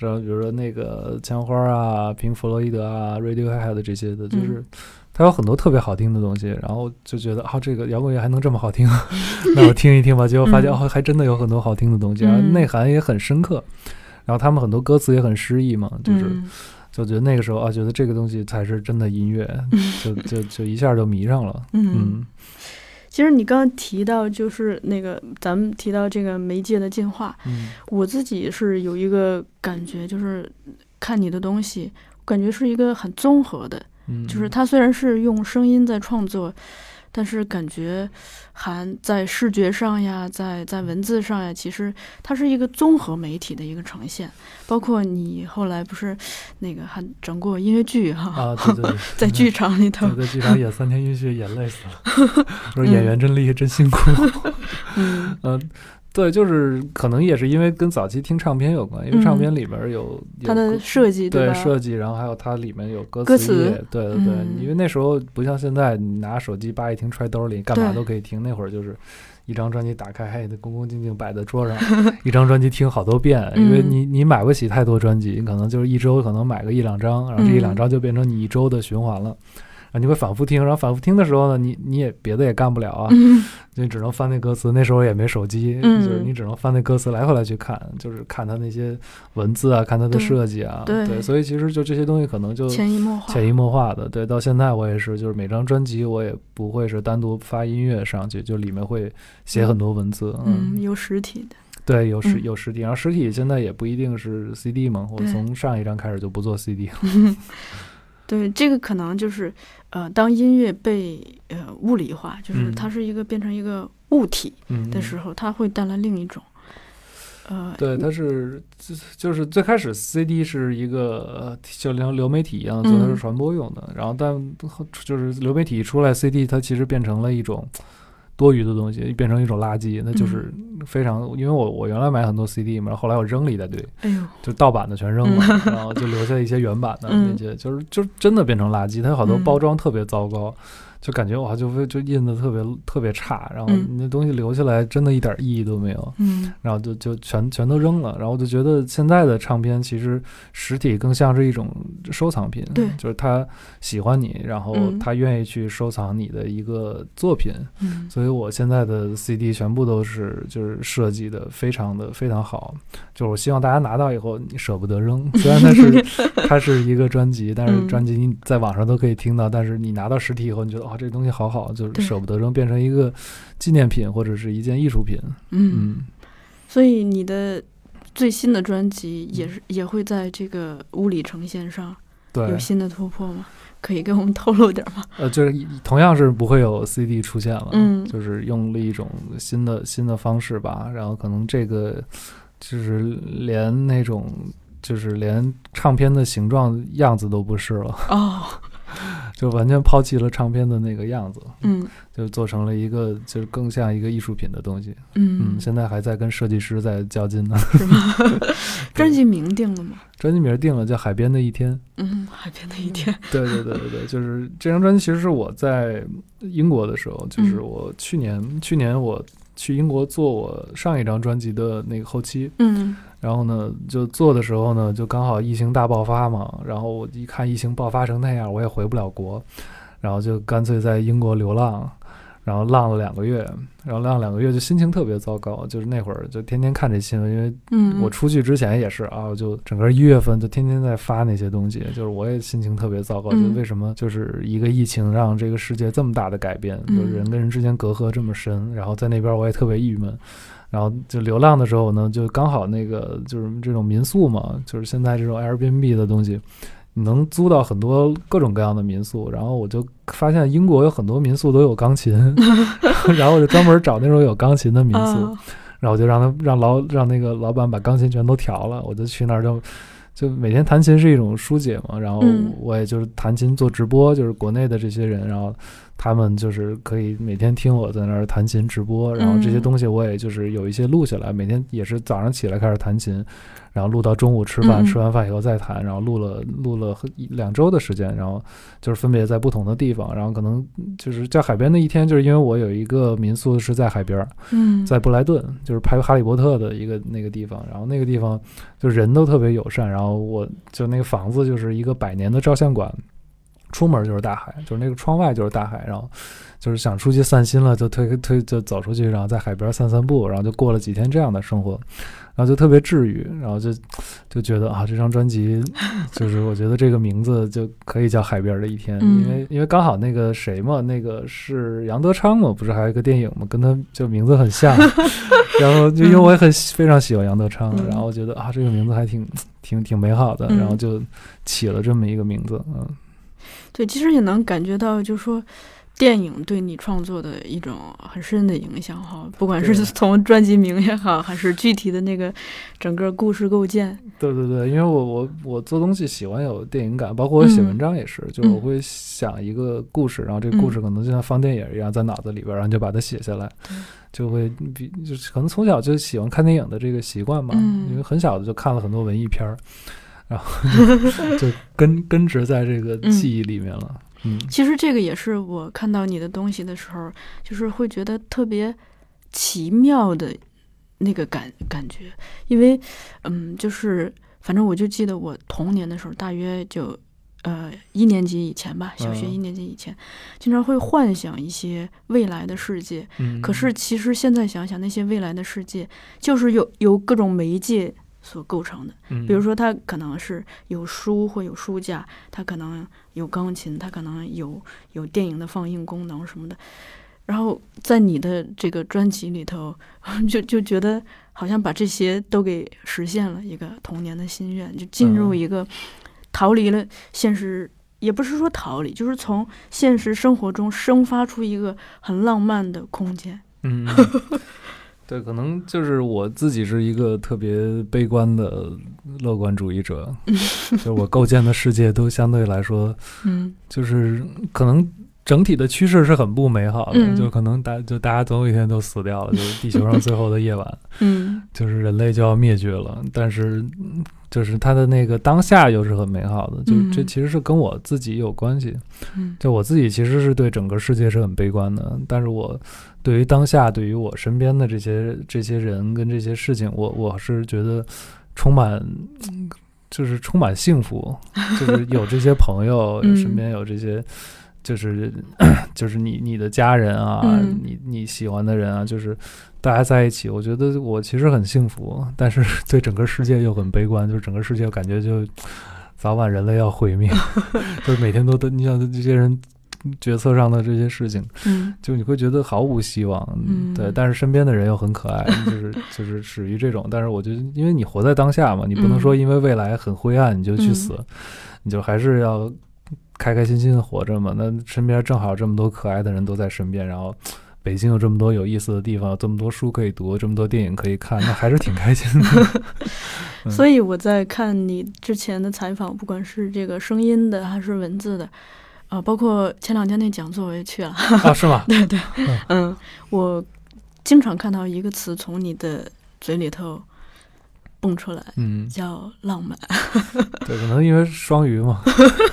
然后比如说那个枪花啊、平弗洛伊德啊、Radiohead 这些的，就是它有很多特别好听的东西，然后就觉得啊，这个摇滚乐还能这么好听，那我听一听吧。结果发现哦，还真的有很多好听的东西，然后内涵也很深刻，然后他们很多歌词也很诗意嘛，就是就觉得那个时候啊，觉得这个东西才是真的音乐，就就就一下就迷上了。嗯。嗯， 其实你刚刚提到就是那个咱们提到这个媒介的进化，嗯，我自己是有一个感觉，就是看你的东西感觉是一个很综合的，嗯，就是它虽然是用声音在创作，但是感觉还在视觉上呀，在在文字上呀，其实它是一个综合媒体的一个呈现。包括你后来不是那个还整过音乐剧哈啊，对对对， 在剧场里头， 对，在剧场演三天音乐演累死了，说演员真厉害，真辛苦。嗯。呃对，就是可能也是因为跟早期听唱片有关，因为唱片里边有、嗯、 它的设计， 对吧？ 设计，然后还有它里面有歌词， 词对对对、嗯，因为那时候不像现在，你拿手机叭一听揣兜里，干嘛都可以听。那会儿就是一张专辑打开，还得恭恭敬敬摆在桌上，一张专辑听好多遍，因为你你买不起太多专辑，你可能就是一周可能买个一两张，然后这一两张就变成你一周的循环了。然后你会反复听，然后反复听的时候呢，你你也别的也干不了啊，嗯、就只能翻那歌词。那时候也没手机、嗯，就是你只能翻那歌词来回来去看，就是看它那些文字啊，看它的设计啊， 对， 对，所以其实就这些东西可能就潜移默化， 潜移默化的。对，到现在我也是，就是每张专辑我也不会是单独发音乐上去，就里面会写很多文字， 嗯，嗯有实体的。 对，有实有实体，然后实体现在也不一定是 C D 嘛，我从上一张开始就不做 C D 了。 对，这个可能就是，呃，当音乐被呃物理化，就是它是一个变成一个物体的时候，嗯、它会带来另一种，呃， 对，它是就是最开始 C D 是一个就像流媒体一样，做它是传播用的，嗯、然后但就是流媒体一出来 ，C D 它其实变成了一种多余的东西，变成一种垃圾，那就是非常，嗯、因为我我原来买很多 C D 嘛，后来我扔了一大堆， 哎呦， 就盗版的全扔了，嗯、然后就留下一些原版的那些，嗯、就是就真的变成垃圾，它有好多包装特别糟糕。嗯就感觉哇，就就印的特别特别差，然后你那东西留下来真的一点意义都没有，嗯，然后就就全全都扔了，然后我就觉得现在的唱片其实实体更像是一种收藏品， 对， 就是他喜欢你，然后他愿意去收藏你的一个作品，嗯，所以我现在的 C D 全部都是就是设计的非常的非常好，就是我希望大家拿到以后你舍不得扔，虽然它是它是一个专辑，但是专辑你在网上都可以听到，但是你拿到实体以后，你觉得哦，这东西好好，就是舍不得扔，变成一个纪念品或者是一件艺术品。嗯，嗯所以你的最新的专辑也是也会在这个物理呈现上有新的突破吗？可以给我们透露点吗？ 呃，就是同样是不会有 C D 出现了，嗯，就是用了一种新的新的方式吧，然后可能这个就是连那种就是连唱片的形状样子都不是了哦。就完全抛弃了唱片的那个样子，嗯，就做成了一个就是更像一个艺术品的东西，嗯, 嗯现在还在跟设计师在较劲呢， 是吗？专辑名定了吗？ 专辑名定了，叫《海边的一天》。 嗯，海边的一天。 对对对对对，就是这张专辑其实是我在英国的时候，就是我去年、嗯、去年我去英国做我上一张专辑的那个后期，嗯。然后呢，就做的时候呢，就刚好疫情大爆发嘛。然后我一看疫情爆发成那样，我也回不了国，然后就干脆在英国流浪，然后浪了两个月，然后浪两个月就心情特别糟糕。就是那会儿就天天看这新闻，因为我出去之前也是啊，我就整个一月份就天天在发那些东西，就是我也心情特别糟糕。就为什么就是一个疫情让这个世界这么大的改变，就是人跟人之间隔阂这么深，然后在那边我也特别郁闷。然后就流浪的时候呢，就刚好那个就是这种民宿嘛，就是现在这种 Airbnb 的东西，你能租到很多各种各样的民宿。然后我就发现英国有很多民宿都有钢琴，然后我就专门找那种有钢琴的民宿，然后我就让他让老让那个老板把钢琴全都调了，我就去那儿就就每天弹琴是一种疏解嘛。然后我也就是弹琴做直播，就是国内的这些人，然后他们就是可以每天听我在那儿弹琴直播，然后这些东西我也就是有一些录下来，每天也是早上起来开始弹琴，然后录到中午吃饭，吃完饭以后再弹，然后录了录了两周的时间，然后就是分别在不同的地方，然后可能就是在海边的一天，就是因为我有一个民宿是在海边，嗯，在布莱顿，就是拍哈利波特的一个那个地方，然后那个地方就人都特别友善，然后我就那个房子就是一个百年的照相馆，出门就是大海，就是那个窗外就是大海，然后就是想出去散心了就推推就走出去，然后在海边散散步，然后就过了几天这样的生活，然后就特别治愈，然后就就觉得啊，这张专辑就是我觉得这个名字就可以叫海边的一天，因为因为刚好那个谁嘛，那个是杨德昌嘛，不是还有一个电影嘛，跟他就名字很像，然后就因为我也很非常喜欢杨德昌，然后我觉得啊这个名字还挺挺挺美好的，然后就起了这么一个名字，嗯。 对，其实也能感觉到，就是说，电影对你创作的一种很深的影响哈，不管是从专辑名也好，还是具体的那个整个故事构建。 对对对，因为我我我做东西喜欢有电影感，包括我写文章也是，嗯、就是我会想一个故事，然后这个故事可能就像放电影一样在脑子里边，然后就把它写下来，就会比就是可能从小就喜欢看电影的这个习惯吧，嗯、因为很小的就看了很多文艺片儿。然后就, 就根根植在这个记忆里面了。嗯， 其实这个也是我看到你的东西的时候，就是会觉得特别奇妙的那个感感觉，因为嗯，就是反正我就记得我童年的时候，大约就呃一年级以前吧，小学一年级以前，嗯、经常会幻想一些未来的世界。嗯，可是其实现在想想，那些未来的世界就是有有各种媒介所构成的，比如说它可能是有书或有书架，它可能有钢琴，它可能有有电影的放映功能什么的。然后在你的这个专辑里头，就就觉得好像把这些都给实现了一个童年的心愿，就进入一个逃离了现实，也不是说逃离，就是从现实生活中生发出一个很浪漫的空间。 嗯。对，可能就是我自己是一个特别悲观的乐观主义者，就是我构建的世界都相对来说，嗯，就是可能整体的趋势是很不美好的，嗯、就可能大就大家总有一天都死掉了，就是地球上最后的夜晚，嗯，就是人类就要灭绝了，但是就是它的那个当下又是很美好的，就这其实是跟我自己有关系，嗯，就我自己其实是对整个世界是很悲观的，但是我对于当下，对于我身边的这些这些人跟这些事情，我我是觉得充满，就是充满幸福，就是有这些朋友，身边有这些，就是就是你你的家人啊，嗯、你你喜欢的人啊，就是大家在一起，我觉得我其实很幸福，但是对整个世界又很悲观，就是整个世界感觉就早晚人类要毁灭，就是每天都都你想这些人。决策上的这些事情，嗯，就你会觉得毫无希望，嗯，对，但是身边的人又很可爱，就是就是属于这种，但是我觉得，因为你活在当下嘛，你不能说因为未来很灰暗你就去死，嗯、你就还是要开开心心的活着嘛。那身边正好这么多可爱的人都在身边，然后北京有这么多有意思的地方，有这么多书可以读，这么多电影可以看，那还是挺开心的。 嗯、所以我在看你之前的采访，不管是这个声音的还是文字的。啊，包括前两天那讲座我也去了啊，是吗？ 对对，嗯, 嗯，我经常看到一个词从你的嘴里头蹦出来，嗯，叫浪漫。 对，可能因为双鱼嘛。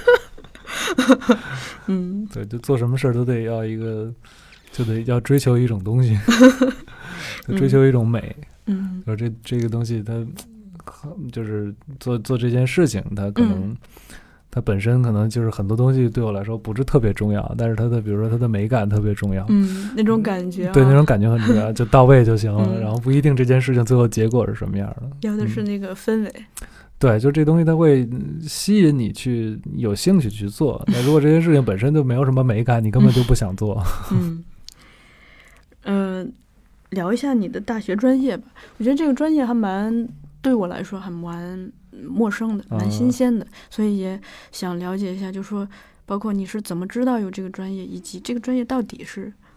嗯， 对，就做什么事儿都得要一个，就得要追求一种东西，追求一种美。嗯，说这这个东西它就是做做这件事情，它可能。嗯它本身可能就是很多东西对我来说不是特别重要，但是它的比如说它的美感特别重要， 嗯，那种感觉、啊， 对，那种感觉很重要，就到位就行了、嗯，然后不一定这件事情最后结果是什么样的， 要的是那个氛围。 嗯、对，就这东西它会吸引你去有兴趣去做。那如果这件事情本身就没有什么美感，你根本就不想做。 嗯，嗯、呃，聊一下你的大学专业吧，我觉得这个专业还蛮对我来说还蛮。陌生的，蛮新鲜的、嗯，所以也想了解一下，就说包括你是怎么知道有这个专业，以及这个专业到底是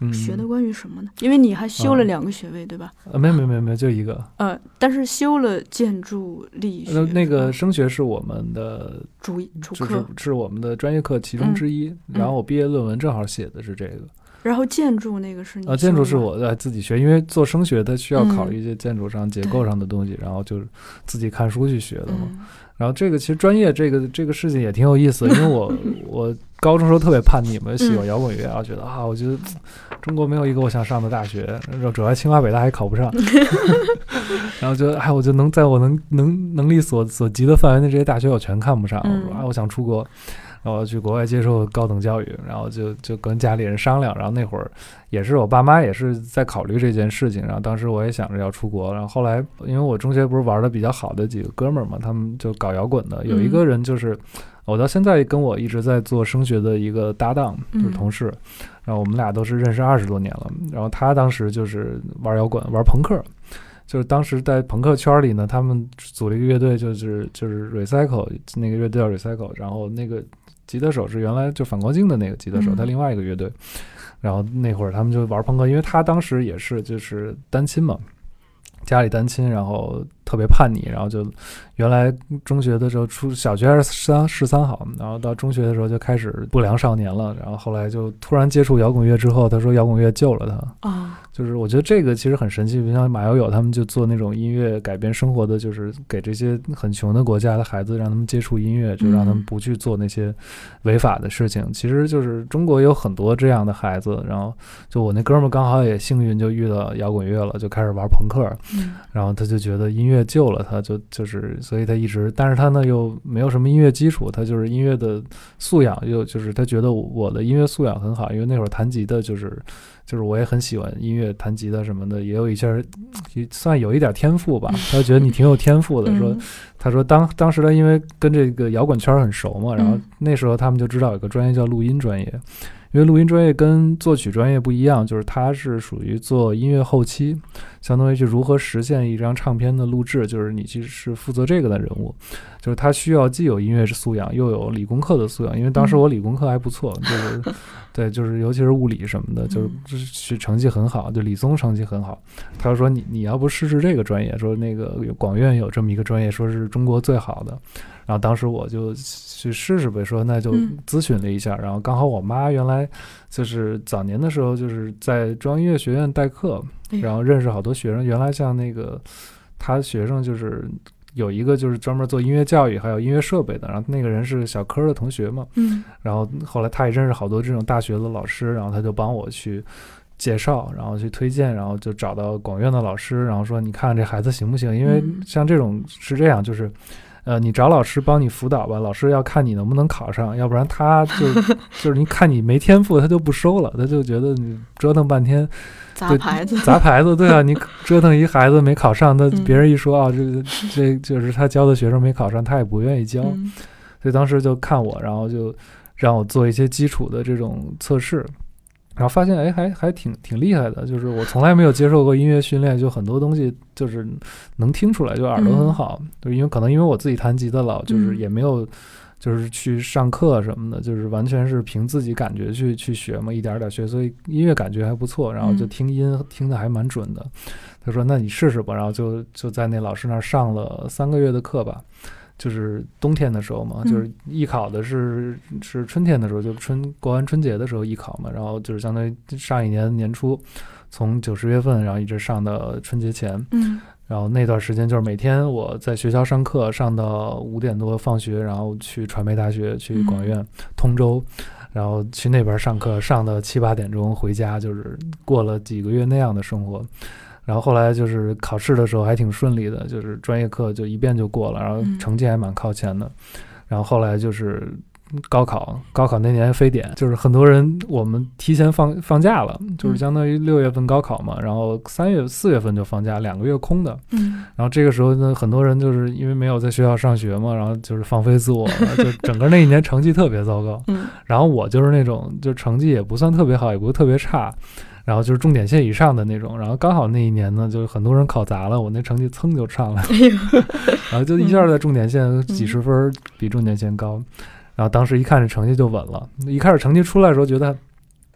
学的关于什么呢？因为你还修了两个学位，嗯、对吧？ 呃，没没没没，就一个。 呃，但是修了建筑力学。 呃，那个声学是我们的主主课， 就是是我们的专业课其中之一。 嗯、 然后我毕业论文正好写的是这个。 然后建筑那个是你？ 呃，建筑是我在自己学，因为做声学它需要考虑一些建筑上、嗯、结构上的东西，然后就自己看书去学的嘛。嗯、然后这个其实专业这个这个事情也挺有意思，因为我我高中时候特别叛逆嘛，喜欢摇滚乐，然后觉得啊，我觉得中国没有一个我想上的大学，主要清华北大还考不上，然后就哎，我就能在我能能能力所所及的范围内，这些大学我全看不上，我说啊，我想出国。然后我去国外接受高等教育，然后就就跟家里人商量，然后那会儿也是我爸妈也是在考虑这件事情，然后当时我也想着要出国，然后后来因为我中学不是玩的比较好的几个哥们儿嘛，他们就搞摇滚的，有一个人就是我到现在跟我一直在做声学的一个搭档，就是同事，然后我们俩都是认识二十多年了，然后他当时就是玩摇滚玩朋克。就是当时在朋克圈里呢，他们组了一个乐队，就是就是 Recycle 那个乐队叫 Recycle， 然后那个吉他手是原来就反光镜的那个吉他手，他另外一个乐队，然后那会儿他们就玩朋克，因为他当时也是就是单亲嘛，家里单亲，然后特别叛逆，然后就原来中学的时候出小学还是三十三好，然后到中学的时候就开始不良少年了，然后后来就突然接触摇滚乐之后，他说摇滚乐救了他啊。Oh.就是我觉得这个其实很神奇，比如像马友友他们就做那种音乐改变生活的，就是给这些很穷的国家的孩子让他们接触音乐，就让他们不去做那些违法的事情。嗯、其实就是中国有很多这样的孩子，然后就我那哥们儿刚好也幸运就遇到摇滚乐了，就开始玩朋克，嗯、然后他就觉得音乐救了他，就就是所以他一直，但是他呢又没有什么音乐基础，他就是音乐的素养又就是他觉得我的音乐素养很好，因为那会儿弹吉的就是。就是我也很喜欢音乐，弹吉他什么的，也有一些算有一点天赋吧。他觉得你挺有天赋的，说他说当当时他因为跟这个摇滚圈很熟嘛，然后那时候他们就知道有个专业叫录音专业，因为录音专业跟作曲专业不一样，就是它是属于做音乐后期，相当于去如何实现一张唱片的录制，就是你其实是负责这个的人物，就是他需要既有音乐素养又有理工科的素养，因为当时我理工科还不错，就是对，就是尤其是物理什么的，就是成绩很好，就理综成绩很好。他就说你你要不试试这个专业，说那个广院有这么一个专业，说是中国最好的。然后当时我就去试试呗，说那就咨询了一下，然后刚好我妈原来就是早年的时候就是在中央音乐学院代课，然后认识好多学生，原来像那个他学生就是有一个就是专门做音乐教育还有音乐设备的，然后那个人是小科的同学嘛，嗯，然后后来他也认识好多这种大学的老师，然后他就帮我去介绍，然后去推荐，然后就找到广院的老师，然后说你看这孩子行不行，因为像这种是这样，就是呃，你找老师帮你辅导吧，老师要看你能不能考上，要不然他就就是你看你没天赋，他就不收了，他就觉得你折腾半天， 砸牌子， 砸牌子，对啊，你折腾一孩子没考上，他别人一说啊，这个这就是他教的学生没考上，他也不愿意教，嗯、所以当时就看我，然后就让我做一些基础的这种测试。然后发现哎还还挺挺厉害的，就是我从来没有接受过音乐训练，就很多东西就是能听出来，就耳朵很好，嗯、就是因为可能因为我自己弹吉他老，就是也没有就是去上课什么的，就是完全是凭自己感觉去去学嘛，一点点学，所以音乐感觉还不错，然后就听音、嗯、听的还蛮准的。他说那你试试吧，然后就就在那老师那儿上了三个月的课吧。就是冬天的时候嘛，就是艺考的是、嗯、是春天的时候，就春过完春节的时候艺考嘛，然后就是相当于上一年年初，从九十月份，然后一直上到春节前，嗯，然后那段时间就是每天我在学校上课，上到五点多放学，然后去传媒大学，去广院、嗯、通州，然后去那边上课，上到七八点钟回家，就是过了几个月那样的生活。然后后来就是考试的时候还挺顺利的，就是专业课就一遍就过了，然后成绩还蛮靠前的。然后后来就是高考，高考那年非典，就是很多人我们提前放放假了，就是相当于六月份高考嘛，然后三月四月份就放假，两个月空的。嗯。然后这个时候呢，很多人就是因为没有在学校上学嘛，然后就是放飞自我了，就整个那一年成绩特别糟糕。嗯。然后我就是那种就成绩也不算特别好，也不是特别差。然后就是重点线以上的那种，然后刚好那一年呢，就是很多人考砸了，我那成绩噌就上来了，然后就一下在重点线几十分比重点线高，然后当时一看这成绩就稳了，一开始成绩出来的时候觉得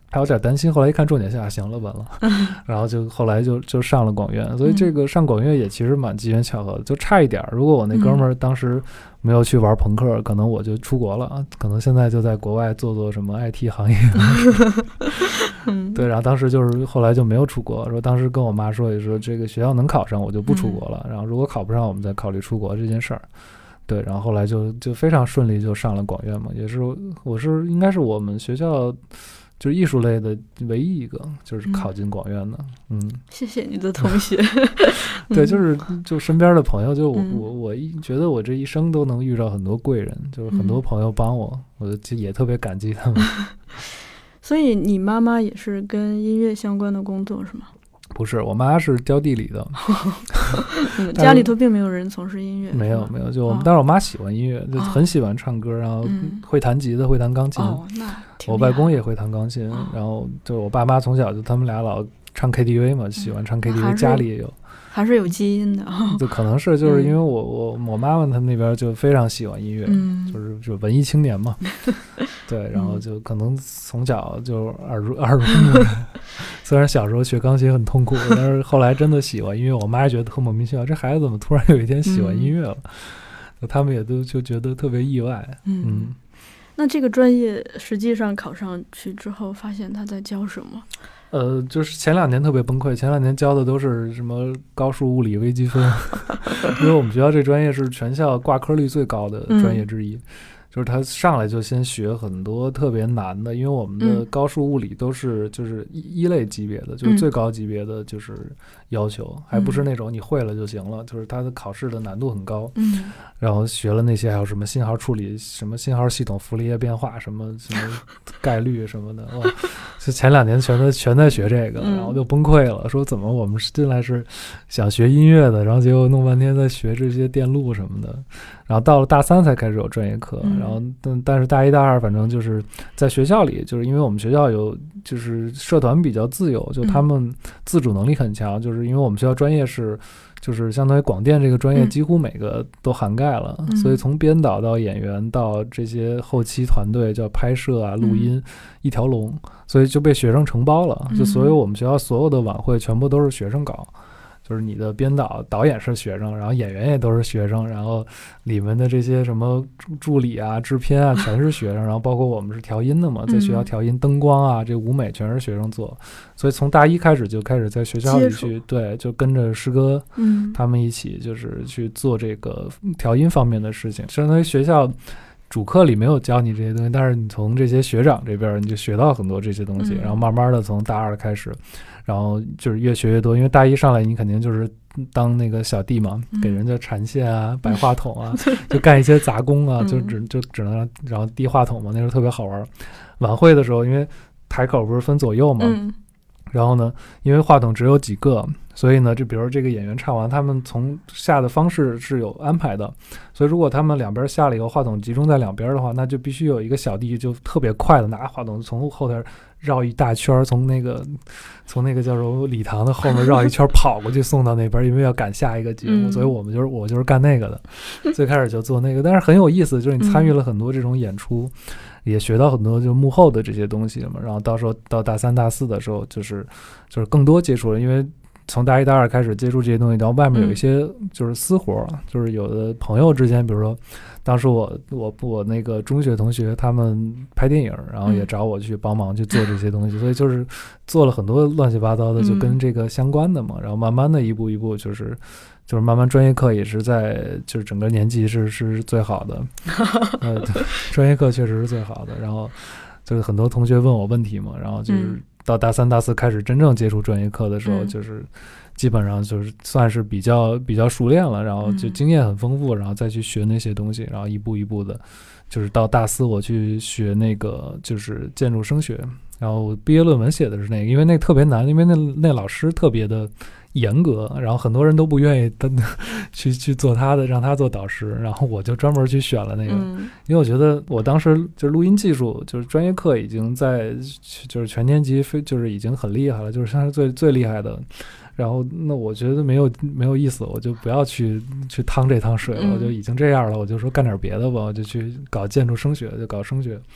还有点担心，后来一看重点下行了，稳了，然后就后来就就上了广院，所以这个上广院也其实蛮机缘巧合的，就差一点，如果我那哥们儿当时没有去玩朋克，可能我就出国了，可能现在就在国外做做什么 I T 行业。对，然后当时就是后来就没有出国，说当时跟我妈说也说这个学校能考上我就不出国了，然后如果考不上我们再考虑出国这件事儿。对，然后后来就就非常顺利就上了广院嘛，也是我是应该是我们学校就是艺术类的唯一一个就是考进广院的。嗯，嗯谢谢你的同学。 对，就是就身边的朋友，就我、嗯、我我一觉得我这一生都能遇到很多贵人，就是很多朋友帮我，嗯、我就也特别感激他们。 所以你妈妈也是跟音乐相关的工作是吗？ 不是，我妈是雕地理的。 家里头并没有人从事音乐。 没有没有，就我们，但是我妈喜欢音乐，就很喜欢唱歌，然后会弹吉他，会弹钢琴。 哦，那我外公也会弹钢琴，然后就我爸妈从小就他们俩老唱 K T V 嘛，喜欢唱 K T V，家里也有。 还是有基因的。 就可能是就是因为我我我妈妈他们那边就非常喜欢音乐， 嗯、 就是就文艺青年嘛。对，然后就可能从小就耳濡耳濡目染。虽然小时候学钢琴很痛苦，但是后来真的喜欢音乐，我妈也觉得特莫名其妙，这孩子怎么突然有一天喜欢音乐了？嗯、他们也都就觉得特别意外。嗯，嗯那这个专业实际上考上去之后，发现他在教什么？ 呃，就是前两年特别崩溃，前两年教的都是什么高数、物理、微积分，因为我们学校这专业是全校挂科率最高的专业之一。嗯，就是他上来就先学很多特别难的，因为我们的高数物理都是就是一一类级别的，就是最高级别的就是要求，还不是那种你会了就行了，就是他的考试的难度很高。 嗯， 然后学了那些还有什么信号处理，什么信号系统傅里叶变化，什么什么概率什么的，哇，就前两年全都全在学这个，然后就崩溃了，说怎么我们进来是想学音乐的，然后结果弄半天在学这些电路什么的，然后到了大三才开始有专业课。嗯，然后但但是大一大二反正就是在学校里，就是因为我们学校有就是社团比较自由，就他们自主能力很强，就是因为我们学校专业是就是相当于广电这个专业几乎每个都涵盖了， 嗯， 所以从编导到演员到这些后期团队叫拍摄啊录音，嗯，一条龙，所以就被学生承包了，就所以我们学校所有的晚会全部都是学生搞。就是你的编导导演是学生，然后演员也都是学生，然后里面的这些什么助理啊制片啊全是学生，然后包括我们是调音的嘛，在学校调音灯光啊这舞美全是学生做，所以从大一开始就开始在学校里去，对，就跟着师哥他们一起就是去做这个调音方面的事情，相当于学校主课里没有教你这些东西，但是你从这些学长这边你就学到很多这些东西，然后慢慢的从大二开始，然后就是越学越多，因为大一上来你肯定就是当那个小弟嘛，给人家缠线啊摆话筒啊，就干一些杂工啊，就只就只能然后递话筒嘛，那时候特别好玩。晚会的时候因为台口不是分左右嘛，然后呢因为话筒只有几个，所以呢就比如这个演员唱完，他们从下的方式是有安排的，所以如果他们两边下了以后话筒集中在两边的话，那就必须有一个小弟就特别快的拿话筒从后台绕一大圈，从那个从那个叫什么礼堂的后面绕一圈跑过去送到那边，因为要赶下一个节目，所以我们就是我就是干那个的，最开始就做那个，但是很有意思，就是你参与了很多这种演出，也学到很多就幕后的这些东西嘛，然后到时候到大三大四的时候就是就是更多接触了，因为从大一大二开始接触这些东西，然后外面有一些就是私活，嗯，就是有的朋友之间，比如说当时我我我那个中学同学他们拍电影，然后也找我去帮忙去做这些东西，嗯，所以就是做了很多乱七八糟的就跟这个相关的嘛，然后慢慢的一步一步就是就是慢慢专业课也是在就是整个年级是是最好的，呃，专业课确实是最好的，然后就是很多同学问我问题嘛，然后就是到大三大四开始真正接触专业课的时候，嗯，就是基本上就是算是比较比较熟练了，然后就经验很丰富，然后再去学那些东西，然后一步一步的就是到大四我去学那个就是建筑声学，然后我毕业论文写的是那个，因为那个特别难，因为那那老师特别的严格，然后很多人都不愿意去去做他的，让他做导师，然后我就专门去选了那个，嗯，因为我觉得我当时就是录音技术就是专业课已经在就是全年级非就是已经很厉害了，就是像是最最厉害的，然后那我觉得没有没有意思，我就不要去去趟这趟水了，我就已经这样了，我就说干点别的吧，我就去搞建筑声学，就搞声学。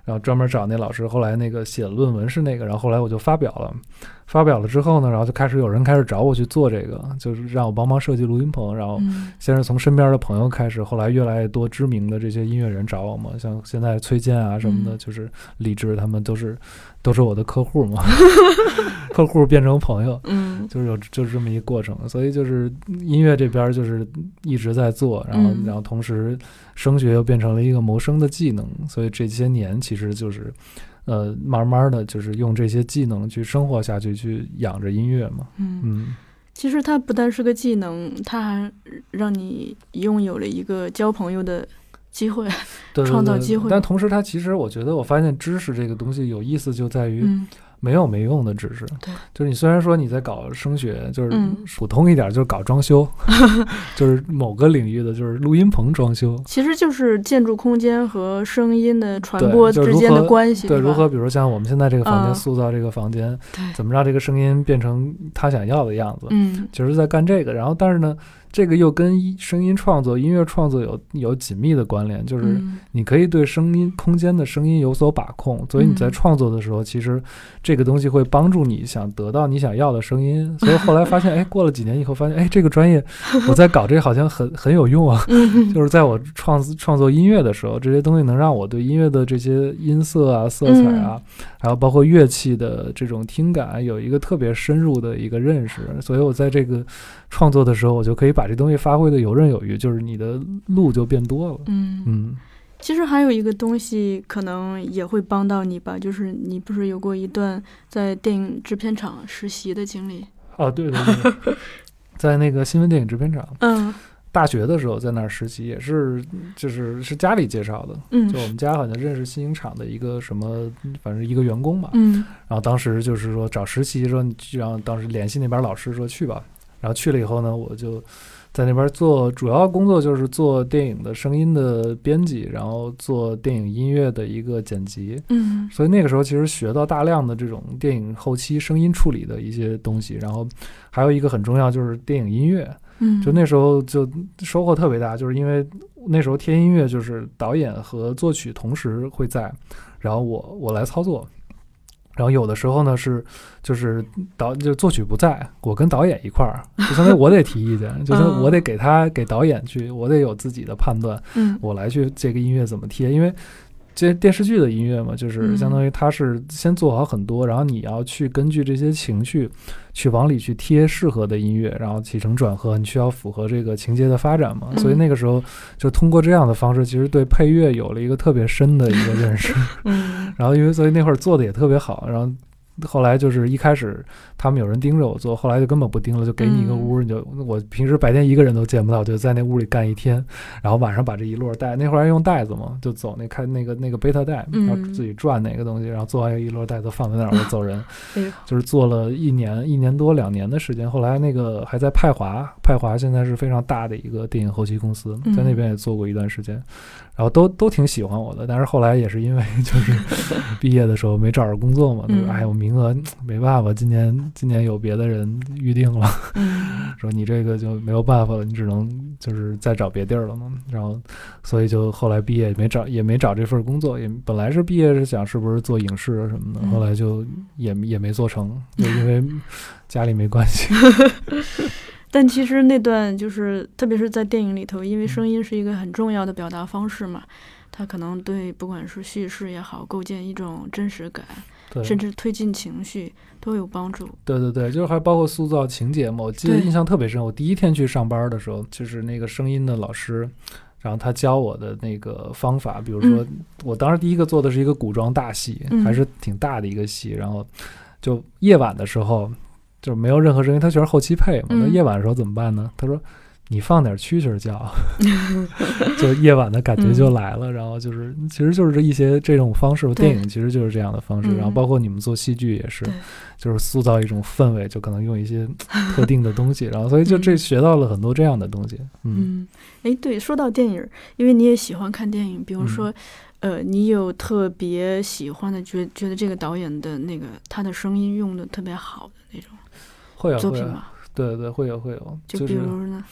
然后专门找那老师，后来那个写论文是那个，然后后来我就发表了，发表了之后呢，然后就开始有人开始找我去做这个，就是让我帮忙设计录音棚，然后先是从身边的朋友开始，后来越来越多知名的这些音乐人找我嘛，像现在崔健啊什么的，就是李志他们都是都是我的客户嘛，客户变成朋友，嗯，就是有就是这么一过程，所以就是音乐这边就是一直在做，然后然后同时声学又变成了一个谋生的技能，所以这些年其实就是呃慢慢的就是用这些技能去生活下去，去养着音乐嘛。嗯嗯， 其实它不但是个技能，它还让你拥有了一个交朋友的机会， 对对对， 创造机会。 但同时它其实我觉得我发现知识这个东西有意思就在于、嗯没有没用的知识， 对， 就是你虽然说你在搞声学，就是普通一点就是搞装修，嗯、就是某个领域的就是录音棚装修， 其实就是建筑空间和声音的传播之间的关系。 对，如何比如像我们现在这个房间、嗯、塑造这个房间，怎么让这个声音变成他想要的样子，嗯，就是在干这个。然后但是呢，这个又跟声音创作、音乐创作有有紧密的关联，就是你可以对声音空间的声音有所把控，所以你在创作的时候，其实这个东西会帮助你想得到你想要的声音。所以后来发现，哎，过了几年以后发现，哎，这个专业我在搞这个好像很很有用啊。就是在我创创作音乐的时候，这些东西能让我对音乐的这些音色啊、色彩啊，还有包括乐器的这种听感有一个特别深入的一个认识。所以我在这个创作的时候，我就可以把这东西发挥的游刃有余，就是你的路就变多了。嗯嗯， 其实还有一个东西可能也会帮到你吧，就是你不是有过一段在电影制片厂实习的经历？ 哦，对对对，在那个新闻电影制片厂。嗯，大学的时候在那儿实习，也是就是是家里介绍的。嗯，就我们家好像认识新影厂的一个什么，反正一个员工吧。嗯，然后当时就是说找实习，说你让当时联系那边老师说去吧。然后去了以后呢，我就在那边做，主要工作就是做电影的声音的编辑，然后做电影音乐的一个剪辑。嗯，所以那个时候其实学到大量的这种电影后期声音处理的一些东西，然后还有一个很重要就是电影音乐。嗯，就那时候就收获特别大，就是因为那时候贴音乐就是导演和作曲同时会在，然后我我来操作。然后有的时候呢是就是导就作曲不在，我跟导演一块儿，就相当于我得提意见，就是我得给他给导演去，我得有自己的判断，嗯，我来去这个音乐怎么贴，因为这电视剧的音乐嘛，就是相当于它是先做好很多，然后你要去根据这些情绪去往里去贴适合的音乐，然后起承转合，你需要符合这个情节的发展嘛。所以那个时候就通过这样的方式，其实对配乐有了一个特别深的一个认识。然后因为所以那会儿做的也特别好，然后后来就是一开始他们有人盯着我做，后来就根本不盯了，就给你一个屋，你就我平时白天一个人都见不到，就在那屋里干一天，然后晚上把这一摞带，那会儿还用带子嘛，就走那开那个那个贝塔带，然后自己转哪个东西，然后做完一摞带子放在那儿，我走人。就是做了一年一年多两年的时间，后来那个还在派华，派华现在是非常大的一个电影后期公司，在那边也做过一段时间，然后都都挺喜欢我的，但是后来也是因为就是毕业的时候没找着工作嘛，对吧？哎，我名额没办法，今年今年有别的人预定了，嗯、说你这个就没有办法了，你只能就是再找别地儿了嘛。然后所以就后来毕业也没找也没找这份工作，也本来是毕业是想是不是做影视啊什么的，嗯、后来就也也没做成，就因为家里没关系。 但其实那段就是特别是在电影里头，因为声音是一个很重要的表达方式嘛，它可能对不管是叙事也好，构建一种真实感，甚至推进情绪都有帮助。 对对对，就是还包括塑造情节嘛。我记得印象特别深，我第一天去上班的时候，就是那个声音的老师，然后他教我的那个方法，比如说、嗯、我当时第一个做的是一个古装大戏、嗯、还是挺大的一个戏，然后就夜晚的时候就没有任何声音，他全是后期配嘛、嗯、那夜晚的时候怎么办呢？他说你放点蛐蛐叫就夜晚的感觉就来了、嗯、然后就是其实就是一些这种方式，电影其实就是这样的方式，然后包括你们做戏剧也是，就是塑造一种氛围，就可能用一些特定的东西然后所以就这学到了很多这样的东西。 嗯，哎、嗯，对，说到电影，因为你也喜欢看电影，比如说、嗯、呃，你有特别喜欢的觉觉得这个导演的那个他的声音用的特别好的那种会有作品吗？ 对对，会有会有， 就比如呢、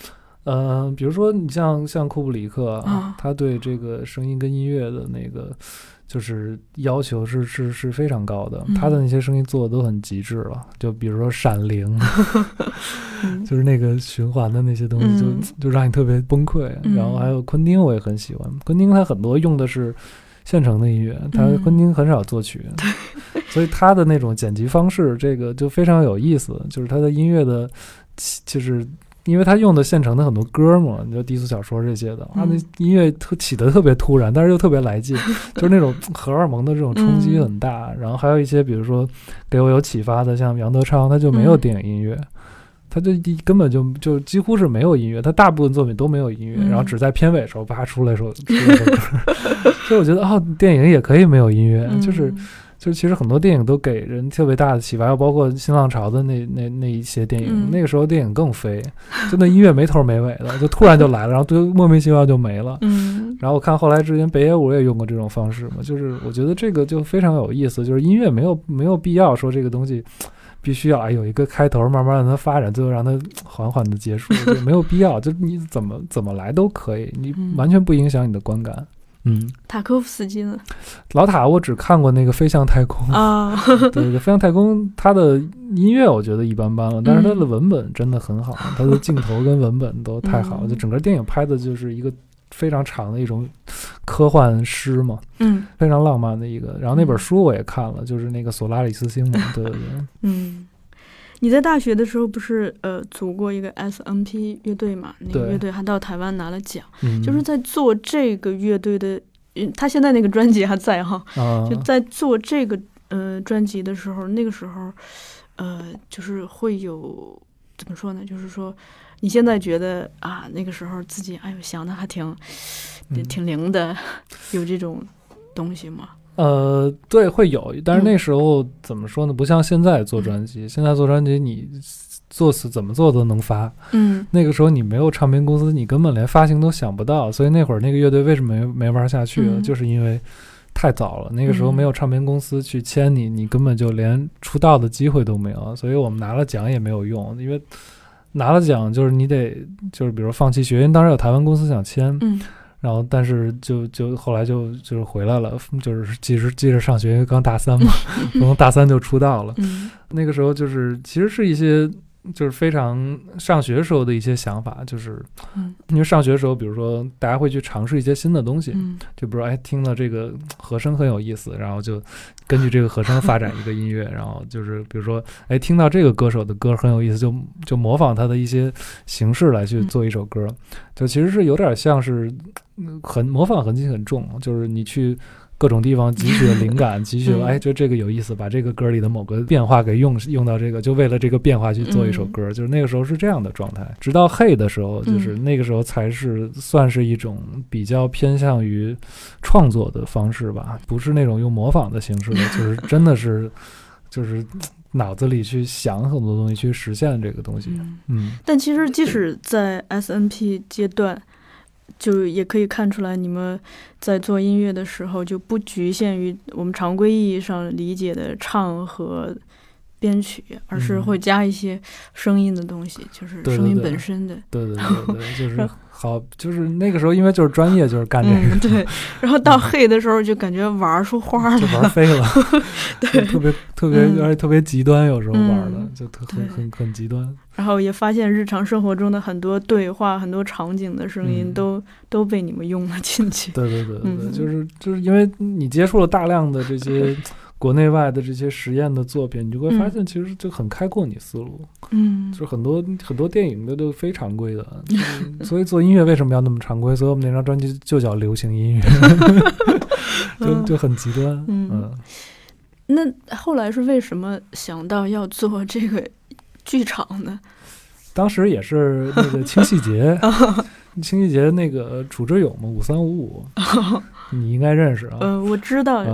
呃，比如说你像像库布里克、 啊， 他对这个声音跟音乐的那个就是要求是是是非常高的、嗯，他的那些声音做的都很极致了。就比如说《闪灵》就是那个循环的那些东西就，就、嗯、就让你特别崩溃、嗯。然后还有昆汀，我也很喜欢。昆汀他很多用的是现成的音乐，他昆汀很少作曲，嗯、所以他的那种剪辑方式，这个就非常有意思。就是他的音乐的，就是因为他用的现成的很多歌嘛，你就低俗小说这些的，他、嗯啊、那音乐特起得特别突然，但是又特别来劲，就是那种荷尔蒙的这种冲击很大。嗯、然后还有一些，比如说给我有启发的，像杨德昌，他就没有电影音乐。嗯，他就根本就就几乎是没有音乐，他大部分作品都没有音乐，嗯、然后只在片尾的时候叭出来说出来首歌。所以我觉得哦，电影也可以没有音乐，嗯、就是就是其实很多电影都给人特别大的启发，包括新浪潮的那那那一些电影、嗯，那个时候电影更飞，就那音乐没头没尾的，就突然就来了，然后就莫名其妙就没了。嗯，然后我看后来之前北野武也用过这种方式嘛，就是我觉得这个就非常有意思，就是音乐没有没有必要说这个东西。必须要有一个开头，慢慢让它发展，最后让它缓缓的结束，就没有必要。就你怎么怎么来都可以，你完全不影响你的观感。嗯， 塔科夫斯基呢？ 老塔我只看过那个《飞向太空》啊，对对，《飞向太空》它的音乐我觉得一般般了，但是它的文本真的很好，它的镜头跟文本都太好了，就整个电影拍的就是一个非常长的一种科幻诗嘛，嗯，非常浪漫的一个。然后那本书我也看了，嗯、就是那个索拉里斯星嘛，对对对。 嗯，你在大学的时候不是呃组过一个 S N P 乐队嘛？那个乐队还到台湾拿了奖，就是在做这个乐队的，他现在那个专辑还在哈，啊、就在做这个呃专辑的时候，那个时候呃就是会有怎么说呢？就是说。你现在觉得啊，那个时候自己哎呦想的还挺、嗯、挺灵的，有这种东西吗？ 呃，对，会有，但是那时候、嗯、怎么说呢？不像现在做专辑，嗯、现在做专辑你作词怎么做都能发。嗯，那个时候你没有唱片公司，你根本连发行都想不到，所以那会儿那个乐队为什么没没玩下去、嗯、就是因为太早了，那个时候没有唱片公司去签你，你根本就连出道的机会都没有，所以我们拿了奖也没有用，因为。拿了奖就是你得就是比如放弃学院，当时有台湾公司想签，嗯，然后但是就就后来就就是回来了，就是接着接着上学，因为刚大三嘛，从大三就出道了，嗯，那个时候就是其实是一些就是非常上学时候的一些想法，就是因为上学的时候，比如说大家会去尝试一些新的东西，嗯，就比如说哎听了这个和声很有意思，然后就根据这个和声发展一个音乐，然后就是比如说哎听到这个歌手的歌很有意思，就就模仿他的一些形式来去做一首歌，就其实是有点像是很模仿痕迹很重，就是你去各种地方汲取了灵感，汲取了哎，就这个有意思，把这个歌里的某个变化给用用到这个，就为了这个变化去做一首歌，嗯、就是那个时候是这样的状态。直到黑的时候，就是那个时候才是算是一种比较偏向于创作的方式吧，不是那种用模仿的形式的，就是真的是就是脑子里去想很多东西，去实现这个东西。嗯，嗯但其实即使在 S N P 阶段。就也可以看出来，你们在做音乐的时候就不局限于我们常规意义上理解的唱和编曲，而是会加一些声音的东西，嗯、就是声音本身的。 对对对 对, 对, 对，就是好，就是那个时候因为就是专业就是干这个。 嗯、对，然后到黑的时候就感觉玩出花了， 就玩飞了。 对， 特别特别、嗯、而且特别极端，有时候玩的、嗯、就特很很很极端。 然后也发现日常生活中的很多对话、很多场景的声音都、嗯、都被你们用了进去。 对对对对对，嗯、就是就是因为你接触了大量的这些国内外的这些实验的作品，你就会发现其实就很开阔你思路。嗯，就是很多很多电影的都非常规的，所以做音乐为什么要那么常规？所以我们那张专辑就叫流行音乐，就就很极端。嗯。嗯那后来是为什么想到要做这个剧场呢？ 当时也是那个清戏节，清戏节那个楚之勇嘛，五三五五，你应该认识啊。 呃，我知道。 嗯，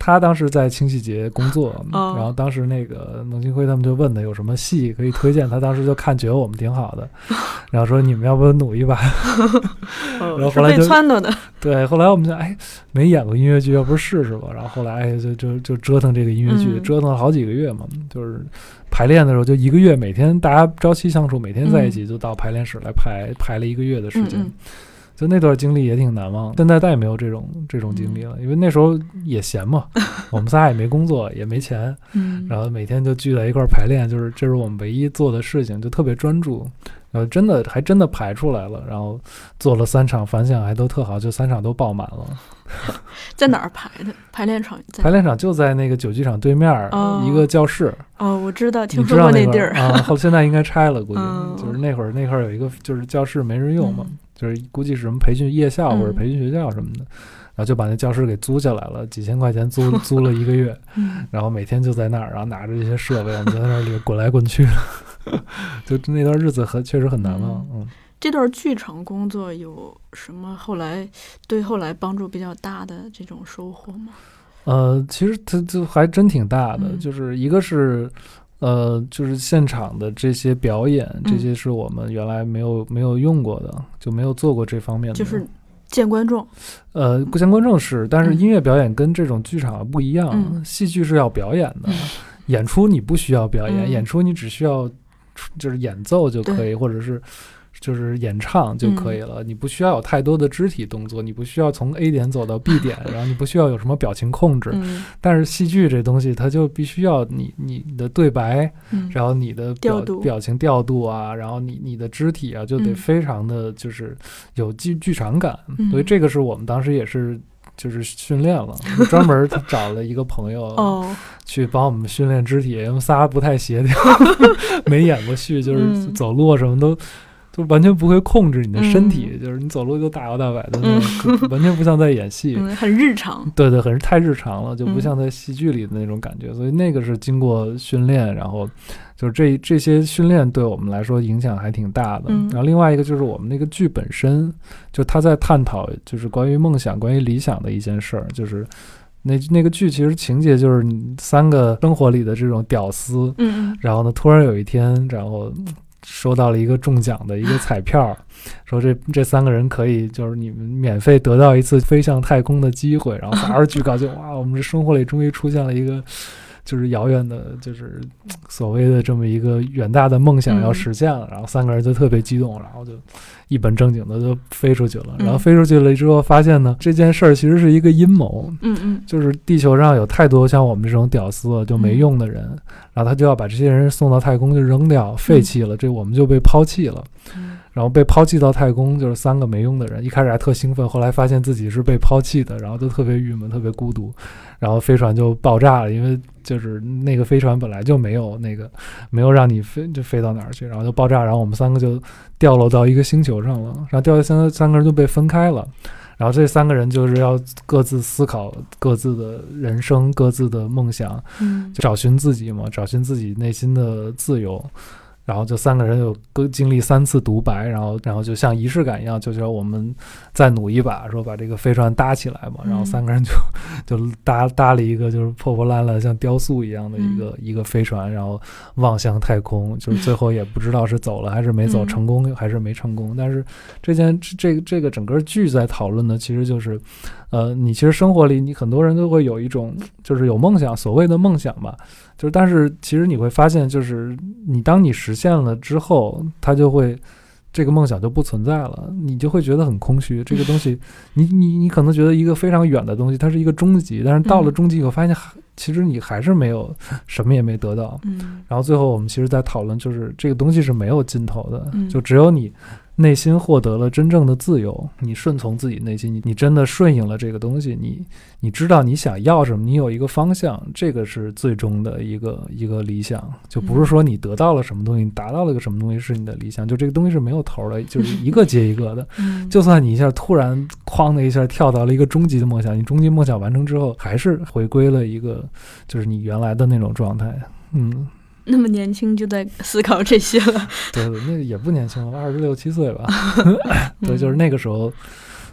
他当时在清戏节工作， 哦、 然后当时那个孟京辉他们就问他有什么戏可以推荐，他当时就看觉得我们挺好的，然后说你们要不要努一把。 哦、 然后后来就是被撺掇的。 对，后来我们就哎没演过音乐剧，要不试试吧。然后后来哎就就就折腾这个音乐剧， 嗯、 折腾了好几个月嘛，就是排练的时候就一个月，每天大家朝夕相处，每天在一起，就到排练室来排、嗯、排了一个月的时间。 嗯嗯， 就那段经历也挺难忘，现在再也没有这种这种经历了，因为那时候也闲嘛，我们仨也没工作也没钱， 嗯， 然后每天就聚在一块排练，就是这是我们唯一做的事情，就特别专注，然后真的还真的排出来了，然后做了三场，反响还都特好，就三场都爆满了。 在哪儿排的？排练场在？ 排练场就在那个酒剧场对面、哦、一个教室。 哦，我知道，听说过那地儿啊，后现在应该拆了，估计、 嗯、 就是那会儿那会儿有一个就是教室没人用嘛。嗯，就是估计是什么培训夜校或者培训学校什么的、嗯、然后就把那教室给租下来了，几千块钱租租了一个月、 嗯、 然后每天就在那儿，然后拿着这些设备我们就在那里滚来滚去就那段日子很确实很难忘。 嗯, 嗯这段剧场工作有什么后来对后来帮助比较大的这种收获吗？ 呃其实它就还真挺大的、 嗯、 就是一个是呃，就是现场的这些表演、嗯，这些是我们原来没有没有用过的，就没有做过这方面的。 就是见观众。 呃，见观众是，但是音乐表演跟这种剧场不一样， 嗯、 戏剧是要表演的、 嗯， 演出你不需要表演， 嗯、 演出你只需要就是演奏就可以，或者是。就是演唱就可以了、嗯、你不需要有太多的肢体动作，你不需要从 A 点走到 B 点然后你不需要有什么表情控制、 嗯、 但是戏剧这东西它就必须要你你的对白、 嗯、 然后你的 表, 表情调度啊，然后你你的肢体啊就得非常的就是有剧剧场感、 嗯、 所以这个是我们当时也是就是训练了，专门找了一个朋友去帮我们训练肢体，我们仨不太协调没演过戏，就是走路什么都就完全不会控制你的身体、嗯、就是你走路就大摇大摆的那种、嗯、完全不像在演戏、 嗯、很日常。 对对，很太日常了，就不像在戏剧里的那种感觉、嗯、所以那个是经过训练，然后就是这这些训练对我们来说影响还挺大的、 嗯、 然后另外一个就是我们那个剧本身就他在探讨就是关于梦想关于理想的一件事儿，就是那那个剧其实情节就是你三个生活里的这种屌丝， 嗯， 然后呢突然有一天然后收到了一个中奖的一个彩票说这这三个人可以就是你们免费得到一次飞向太空的机会，然后发出巨高兴哇我们这生活里终于出现了一个就是遥远的就是所谓的这么一个远大的梦想要实现了、嗯、然后三个人就特别激动，然后就一本正经的就飞出去了、嗯、然后飞出去了之后发现呢这件事儿其实是一个阴谋， 嗯嗯， 就是地球上有太多像我们这种屌丝就没用的人、嗯、然后他就要把这些人送到太空就扔掉废弃了、嗯、这我们就被抛弃了、 嗯， 然后被抛弃到太空就是三个没用的人，一开始还特兴奋，后来发现自己是被抛弃的，然后就特别郁闷特别孤独，然后飞船就爆炸了，因为就是那个飞船本来就没有那个没有让你飞就飞到哪儿去，然后就爆炸，然后我们三个就掉落到一个星球上了，然后掉下三三个人就被分开了，然后这三个人就是要各自思考各自的人生各自的梦想， 嗯， 找寻自己嘛，找寻自己内心的自由，然后就三个人有各经历三次独白，然后然后就像仪式感一样，就叫我们再努一把，说把这个飞船搭起来嘛，然后三个人就就搭搭了一个就是破破烂烂像雕塑一样的一个、嗯、一个飞船，然后望向太空，就是最后也不知道是走了还是没走，成功还是没成功。但是这件这个这个整个剧在讨论的其实就是呃，你其实生活里你很多人都会有一种就是有梦想，所谓的梦想吧，就是但是其实你会发现就是你当你实现了之后它就会这个梦想就不存在了，你就会觉得很空虚，这个东西你你你可能觉得一个非常远的东西它是一个终极，但是到了终极以后发现其实你还是没有什么也没得到， 嗯， 然后最后我们其实在讨论就是这个东西是没有尽头的， 嗯， 就只有你内心获得了真正的自由，你顺从自己内心，你你真的顺应了这个东西，你你知道你想要什么，你有一个方向，这个是最终的一个一个理想，就不是说你得到了什么东西，你达到了个什么东西是你的理想，就这个东西是没有头的，就是一个接一个的就算你一下突然哐的一下跳到了一个终极的梦想，你终极梦想完成之后还是回归了一个就是你原来的那种状态。嗯， 那么年轻就在思考这些了。 对对，那也不年轻了，二十六七岁吧。对，就是那个时候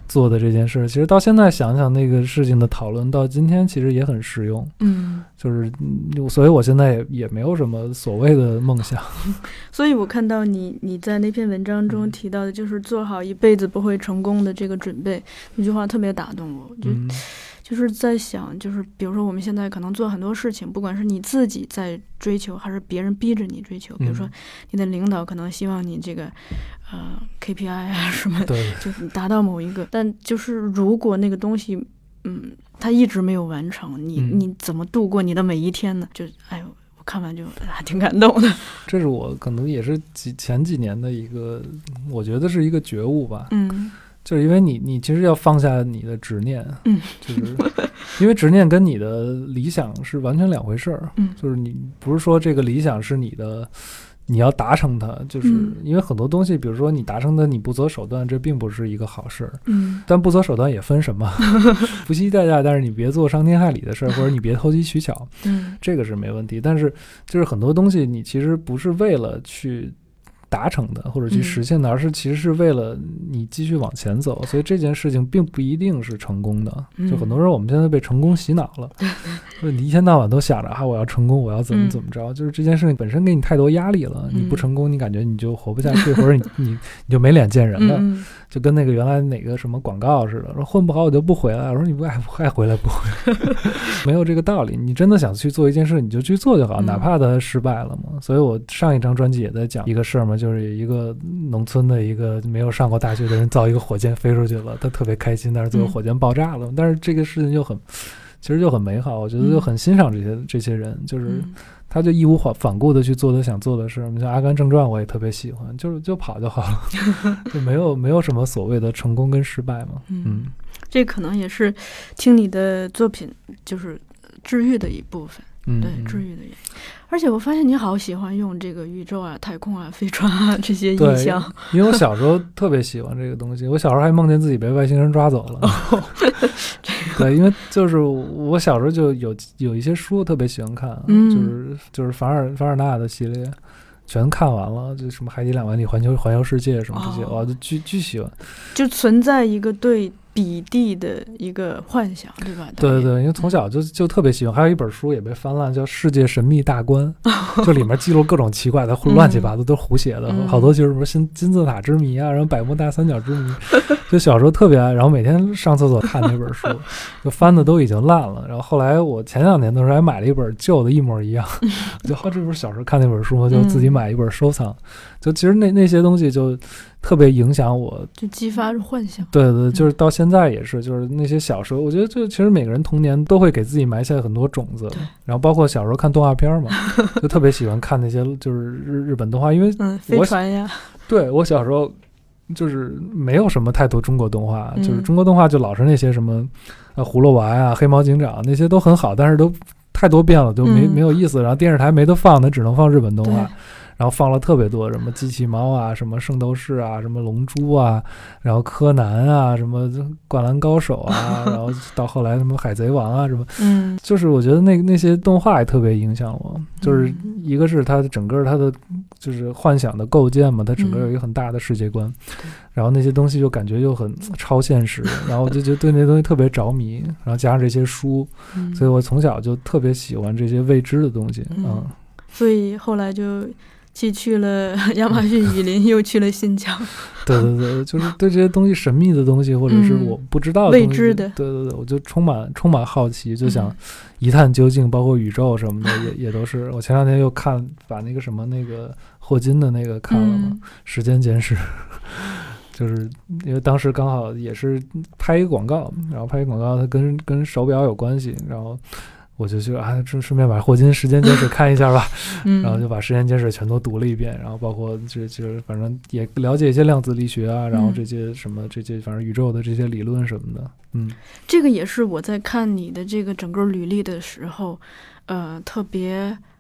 做的这件事，其实到现在想想那个事情的讨论，到今天其实也很实用。 嗯， 就是所以我现在也也没有什么所谓的梦想。 所以我看到你你在那篇文章中提到的，就是做好一辈子不会成功的这个准备，那句话特别打动我。就、嗯、就是在想，就是比如说我们现在可能做很多事情，不管是你自己在追求，还是别人逼着你追求，比如说你的领导可能希望你这个呃 K P I 啊什么， 对， 就是达到某一个，但就是如果那个东西，嗯，它一直没有完成，你、嗯、你怎么度过你的每一天呢？就哎呦。看完就还挺感动的。 这是我可能也是几前几年的一个，我觉得是一个觉悟吧。 嗯， 就是因为你你其实要放下你的执念， 嗯， 就是因为执念跟你的理想是完全两回事儿。 嗯， 就是你不是说这个理想是你的。你要达成它，就是因为很多东西，比如说你达成的，你不择手段，这并不是一个好事。 嗯， 但不择手段也分什么，不惜代价，但是你别做伤天害理的事儿，或者你别投机取巧， 嗯， 这个是没问题。但是就是很多东西，你其实不是为了去达成的或者去实现的， 嗯、 而是其实是为了你继续往前走，所以这件事情并不一定是成功的。就很多人我们现在被成功洗脑了，嗯、你一天到晚都想着啊我要成功，我要怎么怎么着，嗯、就是这件事情本身给你太多压力了，嗯、你不成功，你感觉你就活不下去，或者你你你就没脸见人了。 嗯就跟那个原来哪个什么广告似的，说混不好我就不回来。我说你不爱不爱回来不回来，没有这个道理。你真的想去做一件事，你就去做就好，哪怕它失败了嘛。所以我上一张专辑也在讲一个事儿嘛，就是有一个农村的一个没有上过大学的人造一个火箭飞出去了，他特别开心，但是最后火箭爆炸了。嗯、但是这个事情就很，其实就很美好，我觉得就很欣赏这些、嗯、这些人，就是。他就义无反顾的去做他想做的事，像《阿甘正传》我也特别喜欢，就是就跑就好了，就没有没有什么所谓的成功跟失败嘛。嗯，嗯这可能也是听你的作品就是治愈的一部分。 嗯， 对，治愈的原因。而且我发现你好喜欢用这个宇宙啊、太空啊、飞船啊这些意象。 因为我小时候特别喜欢这个东西，我小时候还梦见自己被外星人抓走了。 哦、 对，因为就是我小时候就有有一些书特别喜欢看， 嗯、 就是就是凡尔凡尔纳的系列。全看完了，就什么海底两万里、环球环游世界什么这些，哇、哦，就巨巨喜欢。 就存在一个对彼地的一个幻想，对吧？ 对对对，因为从小就就特别喜欢。还有一本书也被翻烂，叫《世界神秘大观》，就里面记录各种奇怪的、乱七八糟都是胡写的，嗯、好多就是什么金金字塔之谜啊，然后百慕大三角之谜，就小时候特别爱，然后每天上厕所看那本书，就翻的都已经烂了。然后后来我前两年的时候还买了一本旧的，一模一样，就好这不是小时候看那本书吗？就自己买一本收藏。就其实那那些东西就特别影响我， 就激发着幻想。 对对，就是到现在也是，就是那些小时候，我觉得就其实每个人童年都会给自己埋下很多种子。然后包括小时候看动画片嘛，就特别喜欢看那些就是日日本动画，因为嗯，飞船呀。 对，我小时候就是没有什么太多中国动画， 嗯、 就是中国动画就老是那些什么呃葫芦娃呀、黑猫警长那些都很好，但是都太多遍了，都没、嗯、没有意思。然后电视台没得放，它只能放日本动画。然后放了特别多什么机器猫啊，什么圣斗士啊，什么龙珠啊，然后柯南啊，什么灌篮高手啊，然后到后来什么海贼王啊，什么， 嗯， 就是我觉得那那些动画也特别影响我，就是一个是它整个它的就是幻想的构建嘛，它整个有一个很大的世界观， 嗯、 然后那些东西就感觉又很超现实，然后我就觉得对那些东西特别着迷，然后加上这些书， 嗯、 所以我从小就特别喜欢这些未知的东西，嗯， 嗯所以后来就。既去了亚马逊雨林，又去了新疆。 对对对，就是对这些东西神秘的东西，或者是我不知道的东西、嗯、未知的， 对对对，我就充满充满好奇，就想一探究竟，包括宇宙什么的，也也都是。我前两天又看把那个什么那个霍金的那个看了嘛， 嗯《 时间简史》。就是因为当时刚好也是拍一个广告，然后拍一个广告，它跟跟手表有关系，然后。我就去啊，顺顺便把霍金时间简史看一下吧， 嗯、 然后就把时间简史全都读了一遍，然后包括这就是反正也了解一些量子力学啊，然后这些什么这些反正宇宙的这些理论什么的，嗯， 这个也是我在看你的这个整个履历的时候，呃，特别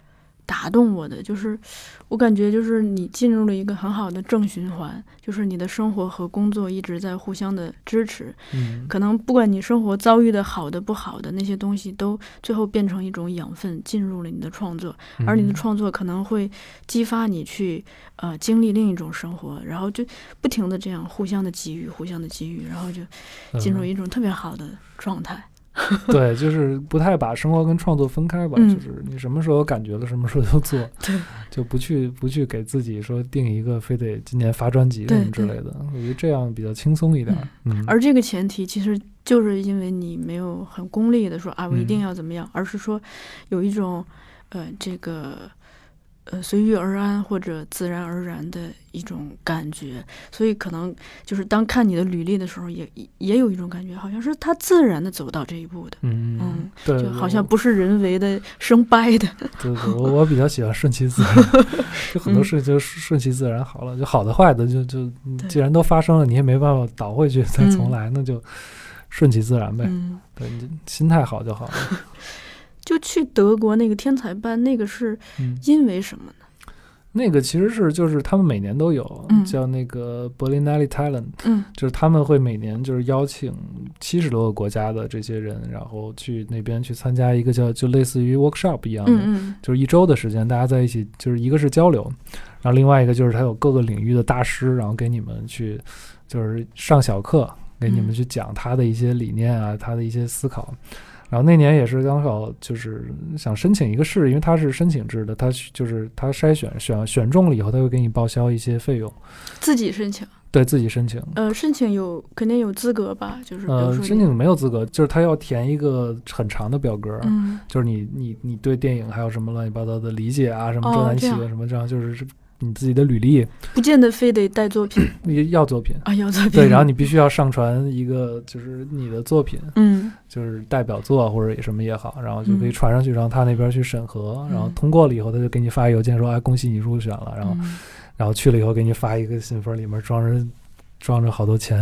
打动我的，就是我感觉就是你进入了一个很好的正循环，就是你的生活和工作一直在互相的支持。 嗯， 可能不管你生活遭遇的好的不好的那些东西，都最后变成一种养分进入了你的创作，而你的创作可能会激发你去呃经历另一种生活，然后就不停的这样互相的给予互相的给予，然后就进入一种特别好的状态。 对，就是不太把生活跟创作分开吧、嗯、就是你什么时候有感觉了什么时候就做， 对， 就不去不去给自己说定一个非得今年发专辑什么之类的，我觉得这样比较轻松一点、嗯嗯、 而这个前提其实就是因为你没有很功利的说啊我一定要怎么样、嗯、而是说有一种呃这个呃，随遇而安或者自然而然的一种感觉，所以可能就是当看你的履历的时候也，也也有一种感觉，好像是他自然的走到这一步的， 嗯嗯， 对， 就好像不是人为的生掰的。 对对，我我比较喜欢顺其自然，就很多事情就顺其自然好了，嗯、就好的坏的就就既然都发生了，你也没办法倒回去再重来，嗯、那就顺其自然呗， 嗯、 对，你心态好就好了。 就去德国那个天才班，那个是因为什么呢？ 嗯、那个其实是就是他们每年都有、 嗯、 叫那个 Berlinale Talent， 嗯， 就是他们会每年就是邀请七十多个国家的这些人，然后去那边去参加一个叫就类似于 workshop 一样的， 嗯嗯， 就是一周的时间，大家在一起，就是一个是交流，然后另外一个就是他有各个领域的大师，然后给你们去就是上小课，给你们去讲他的一些理念啊，嗯、他的一些思考。然后那年也是刚好就是想申请一个试，因为他是申请制的，他就是他筛选选选中了以后，他会给你报销一些费用。 自己申请？ 对，自己申请。 呃，申请有肯定有资格吧？就是比如说呃，申请没有资格，就是他要填一个很长的表格， 嗯， 就是你你你对电影还有什么乱七八糟的理解啊，什么专栏写什么这样，就是你自己的履历， 不见得非得带作品， 要作品啊，要作品。 对，然后你必须要上传一个，就是你的作品， 嗯， 就是代表作或者什么也好，然后就可以传上去，然后他那边去审核， 嗯、 然后通过了以后，他就给你发邮件说，哎，恭喜你入选了，然后， 嗯、 然后去了以后给你发一个信封，里面装着装着好多钱，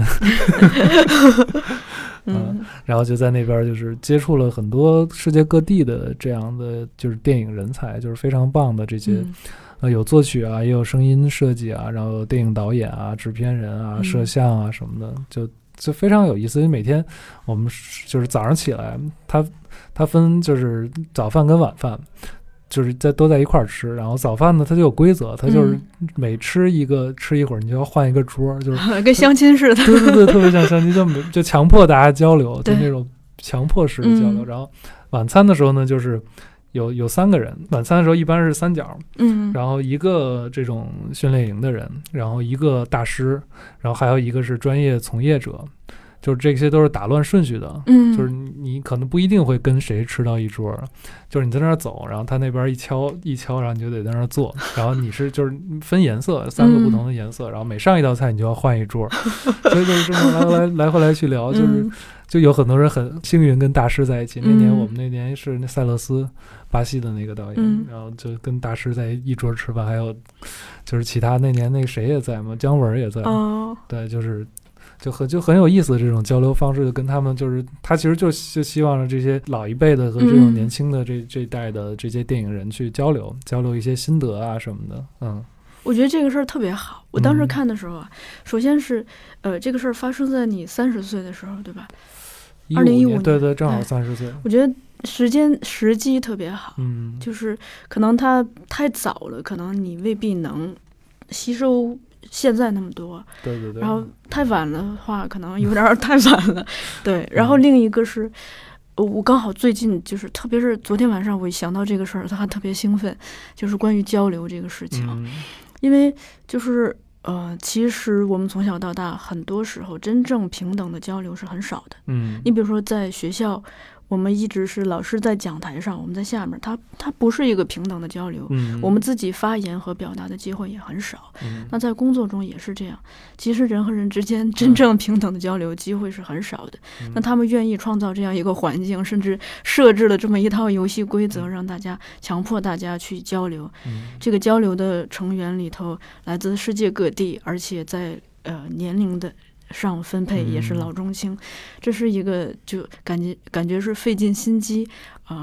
嗯，然后就在那边就是接触了很多世界各地的这样的就是电影人才，就是非常棒的这些。 嗯呃，有作曲啊，也有声音设计啊，然后有电影导演啊、制片人啊、 嗯、 摄像啊什么的，就就非常有意思。因为每天我们就是早上起来，他他分就是早饭跟晚饭，就是在都在一块儿吃。然后早饭呢，它就有规则，它就是每吃一个、嗯、吃一会儿，你就要换一个桌，就是跟相亲似的。 对对对，特别像相亲，就就强迫大家交流，就那种强迫式的交流。 嗯、 然后晚餐的时候呢，就是有有三个人，晚餐的时候一般是三角， 嗯， 然后一个这种训练营的人，然后一个大师，然后还有一个是专业从业者，就是这些都是打乱顺序的， 嗯， 就是你可能不一定会跟谁吃到一桌，就是你在那儿走，然后他那边一敲一敲，然后你就得在那儿坐，然后你是就是分颜色，三个不同的颜色，嗯、然后每上一道菜你就要换一桌，所以就是这么来来来回来去聊，就是。 嗯就有很多人很幸运跟大师在一起。那年我们那年是那塞勒斯，巴西的那个导演， 嗯、 然后就跟大师在一桌吃饭，还有就是其他那年那个谁也在嘛，姜文也在嘛， 哦， 对，就是就很就很有意思的这种交流方式，就跟他们就是他其实就就希望着这些老一辈的和这种年轻的这、嗯、这一代的这些电影人去交流交流一些心得啊什么的，嗯。 我觉得这个事儿特别好。我当时看的时候啊，嗯、首先是，呃，这个事儿发生在你三十岁的时候，对吧？二零一五年， 对对，正好三十岁。 我觉得时间时机特别好， 嗯， 就是可能它太早了，可能你未必能吸收现在那么多。 对对对。 然后太晚了的话，可能有点太晚了。对，然后另一个是。我刚好最近就是特别是昨天晚上我一想到这个事儿，他还特别兴奋，就是关于交流这个事情， 嗯、 因为就是呃，其实我们从小到大很多时候真正平等的交流是很少的。 嗯， 你比如说在学校，我们一直是老师在讲台上，我们在下面，它它不是一个平等的交流， 嗯， 我们自己发言和表达的机会也很少。 嗯， 那在工作中也是这样，其实人和人之间真正平等的交流机会是很少的。 嗯、 那他们愿意创造这样一个环境，甚至设置了这么一套游戏规则，让大家强迫大家去交流。 嗯， 这个交流的成员里头来自世界各地，而且在呃年龄的上分配也是老中青，嗯、这是一个就感觉感觉是费尽心机啊、呃，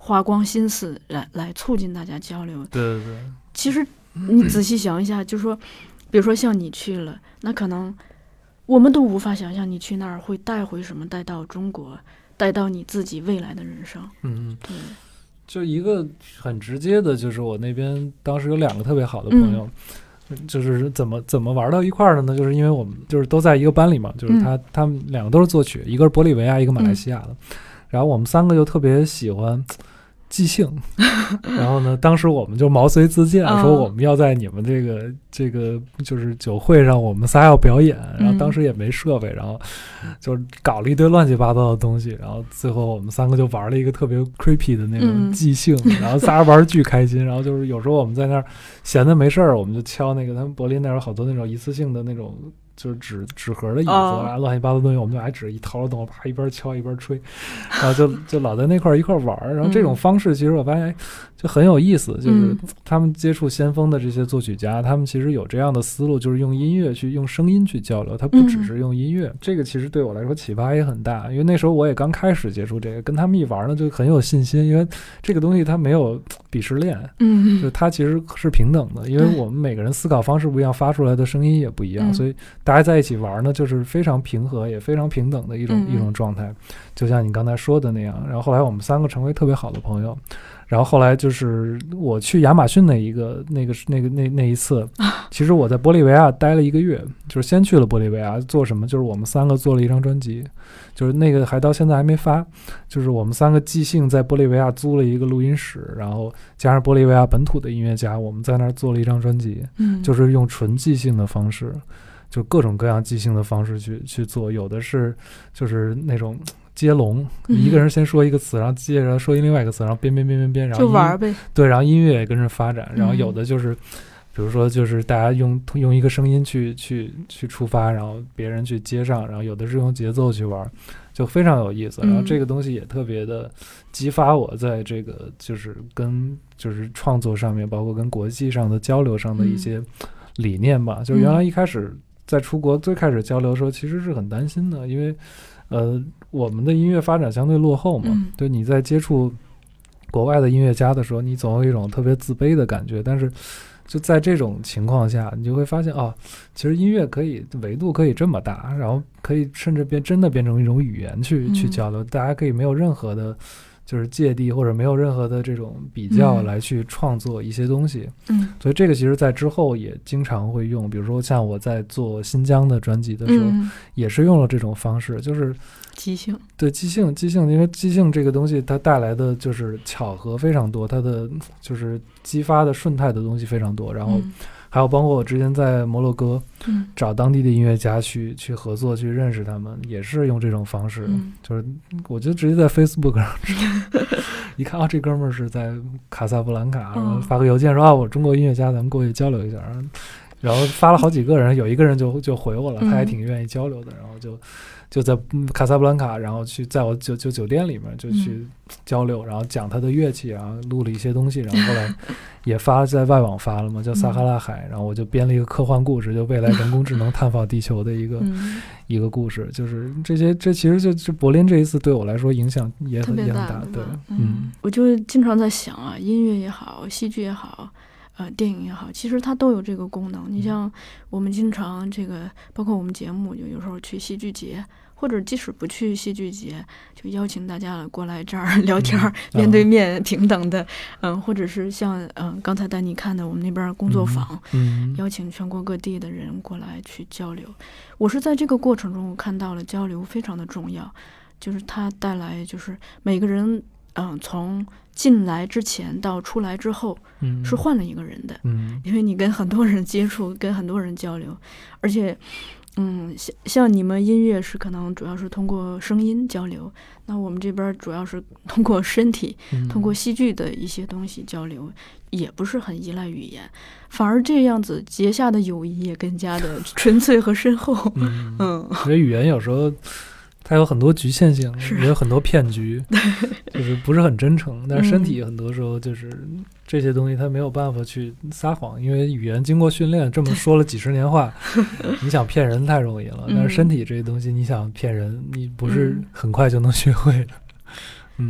花光心思来来促进大家交流。 对对对， 其实你仔细想一下，就说比如说像你去了，那可能我们都无法想象你去那儿会带回什么，带到中国，带到你自己未来的人生。 嗯， 对， 就一个很直接的，就是我那边当时有两个特别好的朋友，嗯、就是怎么怎么玩到一块儿的呢？就是因为我们就是都在一个班里嘛，就是他、嗯、他们两个都是作曲，一个是玻利维亚，一个马来西亚的，嗯、然后我们三个就特别喜欢即兴，然后呢，当时我们就毛遂自荐，说我们要在你们这个这个就是酒会上，我们仨要表演。然后当时也没设备，然后就搞了一堆乱七八糟的东西。然后最后我们三个就玩了一个特别 creepy 的那种即兴，然后仨人玩巨开心。然后就是有时候我们在那儿闲的没事儿，我们就敲那个他们柏林那有好多那种一次性的那种。就是纸纸盒的椅子啊， oh. 乱七八糟的东西，我们就拿纸一掏动，啪一边敲一边吹，然后就就老在那块一块玩。然后这种方式其实我发现就很有意思，嗯、就是他们接触先锋的这些作曲家，他们其实有这样的思路，就是用音乐去用声音去交流，他不只是用音乐。嗯、这个其实对我来说启发也很大，因为那时候我也刚开始接触这个，跟他们一玩呢就很有信心，因为这个东西它没有鄙视链，嗯，就它其实是平等的，因为我们每个人思考方式不一样，发出来的声音也不一样，嗯、所以大家在一起玩呢，就是非常平和也非常平等的一种、嗯、一种状态，就像你刚才说的那样。然后后来我们三个成为特别好的朋友。然后后来就是我去亚马逊那一个那个那个那那一次，其实我在玻利维亚待了一个月，就是先去了玻利维亚做什么，就是我们三个做了一张专辑，就是那个还到现在还没发，就是我们三个即兴在玻利维亚租了一个录音室，然后加上玻利维亚本土的音乐家，我们在那儿做了一张专辑，嗯，就是用纯即兴的方式，就各种各样即兴的方式去去做，有的是就是那种接龙，一个人先说一个词，然后接着说另外一个词，然后编编编编编，然后就玩呗。 对，然后音乐也跟着发展，然后有的就是，嗯、比如说就是大家用用一个声音去去去出发，然后别人去接上，然后有的是用节奏去玩，就非常有意思。然后这个东西也特别的激发我在这个就是跟就是创作上面，包括跟国际上的交流上的一些理念吧。嗯、就原来一开始在出国最开始交流的时候，其实是很担心的，因为。呃，我们的音乐发展相对落后嘛，嗯、对，你在接触国外的音乐家的时候，你总有一种特别自卑的感觉。但是就在这种情况下，你就会发现哦，其实音乐可以维度可以这么大，然后可以甚至变真的变成一种语言去、嗯、去交流，大家可以没有任何的就是芥蒂或者没有任何的这种比较来去创作一些东西。嗯，所以这个其实在之后也经常会用，比如说像我在做新疆的专辑的时候、嗯、也是用了这种方式，就是即兴。 对，即兴即兴因为即兴这个东西它带来的就是巧合非常多，它的就是激发的顺态的东西非常多，然后还有包括我之前在摩洛哥、嗯、找当地的音乐家去去合作去认识他们，也是用这种方式、嗯、就是我就直接在 Facebook 上一看啊，这哥们儿是在卡萨布兰卡，然后发个邮件说啊，我中国音乐家，咱们过去交流一下，然后发了好几个人，有一个人就就回我了，他还挺愿意交流的，然后就就在卡萨布兰卡，然后去在我酒就酒店里面就去交流，然后讲他的乐器，然后录了一些东西，然后后来也发在外网发了嘛，叫撒哈拉海，然后我就编了一个科幻故事，就未来人工智能探访地球的一个、嗯、一个故事，就是这些，这其实就就柏林这一次对我来说影响也很也很大，对， 嗯，嗯我就经常在想啊，音乐也好，戏剧也好。呃，电影也好，其实它都有这个功能。你像我们经常这个，包括我们节目，就有时候去戏剧节，或者即使不去戏剧节，就邀请大家过来这儿聊天，嗯、面对面平等的，嗯、呃，或者是像嗯、呃、刚才带你看的我们那边工作坊，嗯，邀请全国各地的人过来去交流。我是在这个过程中看到了交流非常的重要，就是它带来就是每个人。嗯，从进来之前到出来之后，嗯，是换了一个人的，嗯，因为你跟很多人接触，跟很多人交流，而且，嗯，像像你们音乐是可能主要是通过声音交流，那我们这边主要是通过身体，嗯、通过戏剧的一些东西交流，也不是很依赖语言，反而这样子结下的友谊也更加的纯粹和深厚。嗯，嗯因为语言有时候。它有很多局限性，也有很多骗局，就是不是很真诚。但是身体很多时候就是这些东西，它没有办法去撒谎，因为语言经过训练，这么说了几十年话，你想骗人太容易了。但是身体这些东西，你想骗人，你不是很快就能学会的。嗯，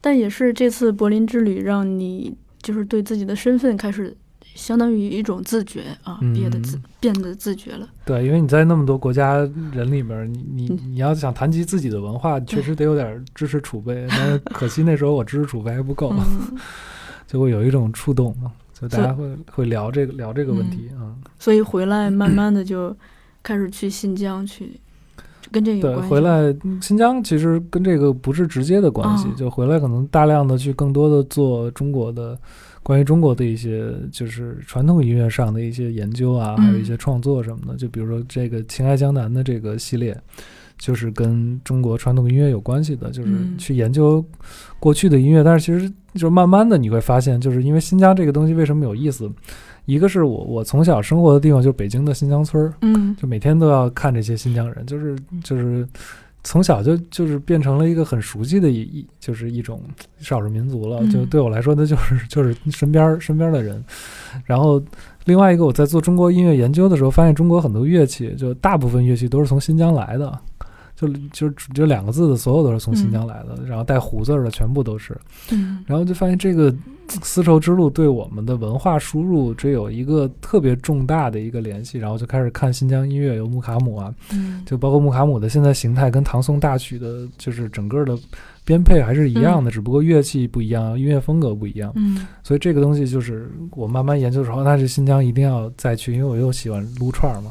但也是这次柏林之旅让你就是对自己的身份开始相当于一种自觉啊， 嗯、 变得自变得自觉了。 对，因为你在那么多国家人里面，你你你要想谈及自己的文化，确实得有点知识储备，但是可惜那时候我知识储备还不够，嗯、就会有一种触动嘛，就大家会会聊这个聊这个问题啊、嗯。 所以回来慢慢的就开始去新疆去。跟这个有关系。 对，回来新疆其实跟这个不是直接的关系、哦、就回来可能大量的去更多的做中国的关于中国的一些就是传统音乐上的一些研究啊、嗯、还有一些创作什么的，就比如说这个情爱江南的这个系列就是跟中国传统音乐有关系的，就是去研究过去的音乐、嗯、但是其实就慢慢的你会发现，就是因为新疆这个东西为什么有意思，一个是我我从小生活的地方就是北京的新疆村，嗯，就每天都要看这些新疆人，就是就是从小就就是变成了一个很熟悉的一就是一种少数民族了，嗯、就对我来说那就是就是身边身边的人。然后另外一个我在做中国音乐研究的时候，发现中国很多乐器就大部分乐器都是从新疆来的。就就就两个字的所有都是从新疆来的、嗯、然后带胡字的全部都是、嗯、然后就发现这个丝绸之路对我们的文化输入这有一个特别重大的一个联系，然后就开始看新疆音乐，有木卡姆啊、嗯、就包括木卡姆的现在形态跟唐宋大曲的就是整个的编配还是一样的、嗯、只不过乐器不一样，音乐风格不一样、嗯、所以这个东西就是我慢慢研究的时候，那是新疆一定要再去，因为我又喜欢撸串嘛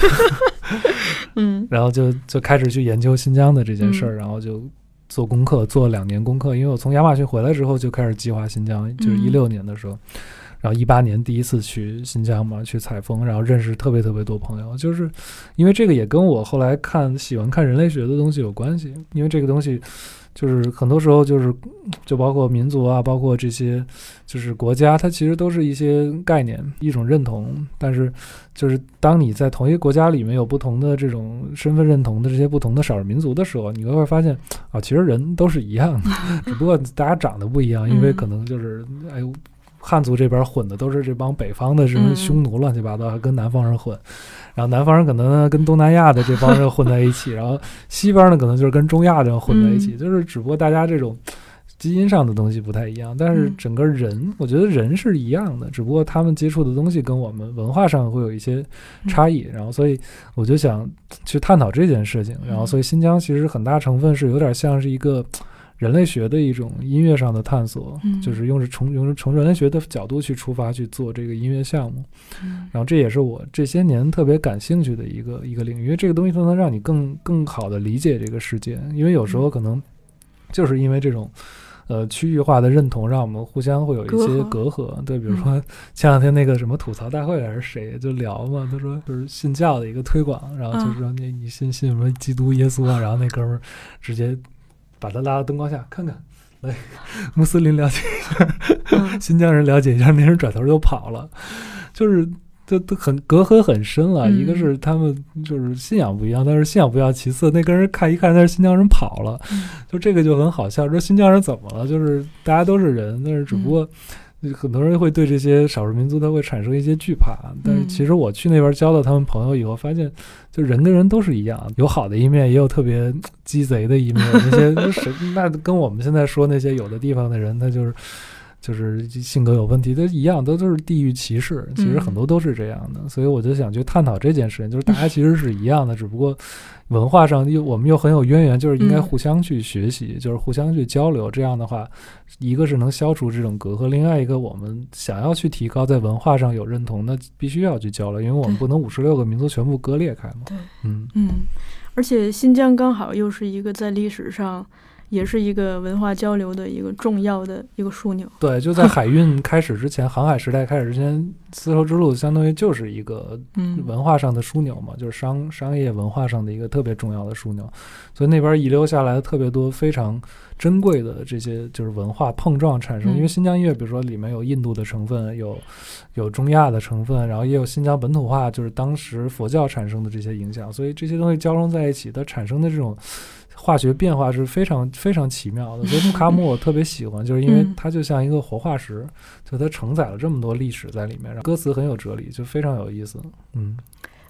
嗯，然后就就开始去研究新疆的这件事儿、嗯、然后就做功课，做了两年功课，因为我从亚马逊回来之后就开始计划新疆，就是一六年的时候、嗯、然后一八年第一次去新疆嘛，去采风，然后认识特别特别多朋友，就是因为这个也跟我后来看喜欢看人类学的东西有关系，因为这个东西就是很多时候就是就包括民族啊，包括这些就是国家，它其实都是一些概念，一种认同，但是就是当你在同一个国家里面有不同的这种身份认同的这些不同的少数民族的时候，你会发现啊，其实人都是一样的，只不过大家长得不一样，因为可能就是哎汉族这边混的都是这帮北方的什么匈奴乱七八糟，还跟南方人混，然后南方人可能跟东南亚的这帮人混在一起，然后西边呢可能就是跟中亚的人混在一起，就是只不过大家这种基因上的东西不太一样，但是整个人我觉得人是一样的，只不过他们接触的东西跟我们文化上会有一些差异，然后所以我就想去探讨这件事情，然后所以新疆其实很大成分是有点像是一个人类学的一种音乐上的探索、嗯、就是用从用从人类学的角度去出发去做这个音乐项目、嗯、然后这也是我这些年特别感兴趣的一个一个领域，因为这个东西它能让你更更好的理解这个世界，因为有时候可能就是因为这种呃区域化的认同让我们互相会有一些隔阂，对，比如说前两天那个什么吐槽大会还是谁就聊嘛，他说就是信教的一个推广，然后就是说你你信信什么基督耶稣啊，然后那哥们儿直接把他拉到灯光下看看，来穆斯林了解一下、嗯、新疆人了解一下，那人转头就跑了，就是这都很隔阂很深了、嗯、一个是他们就是信仰不一样，但是信仰不一样，其次那个人看一看那是新疆人跑了、嗯、就这个就很好笑，说新疆人怎么了，就是大家都是人，但是只不过、嗯、很多人会对这些少数民族他会产生一些惧怕，但是其实我去那边交到他们朋友以后发现就人跟人都是一样，有好的一面也有特别鸡贼的一面，那些谁那跟我们现在说那些有的地方的人他就是就是性格有问题，都一样，都都是地域歧视，其实很多都是这样的、嗯、所以我就想去探讨这件事情，就是大家其实是一样的、嗯、只不过文化上又我们又很有渊源，就是应该互相去学习、嗯、就是互相去交流，这样的话一个是能消除这种隔阂，另外一个我们想要去提高在文化上有认同，那必须要去交流，因为我们不能五十六个民族全部割裂开嘛。对，嗯嗯，而且新疆刚好又是一个在历史上也是一个文化交流的一个重要的一个枢纽。 对，就在海运开始之前航海时代开始之前，丝绸之路相当于就是一个文化上的枢纽嘛、嗯、就是商商业文化上的一个特别重要的枢纽，所以那边遗留下来的特别多非常珍贵的这些就是文化碰撞产生、嗯、因为新疆音乐比如说里面有印度的成分，有有中亚的成分，然后也有新疆本土化，就是当时佛教产生的这些影响，所以这些东西交融在一起，它产生的这种化学变化是非常非常奇妙的，所以木卡姆我特别喜欢，就是因为它就像一个活化石，就它承载了这么多历史在里面，歌词很有哲理，就非常有意思。嗯，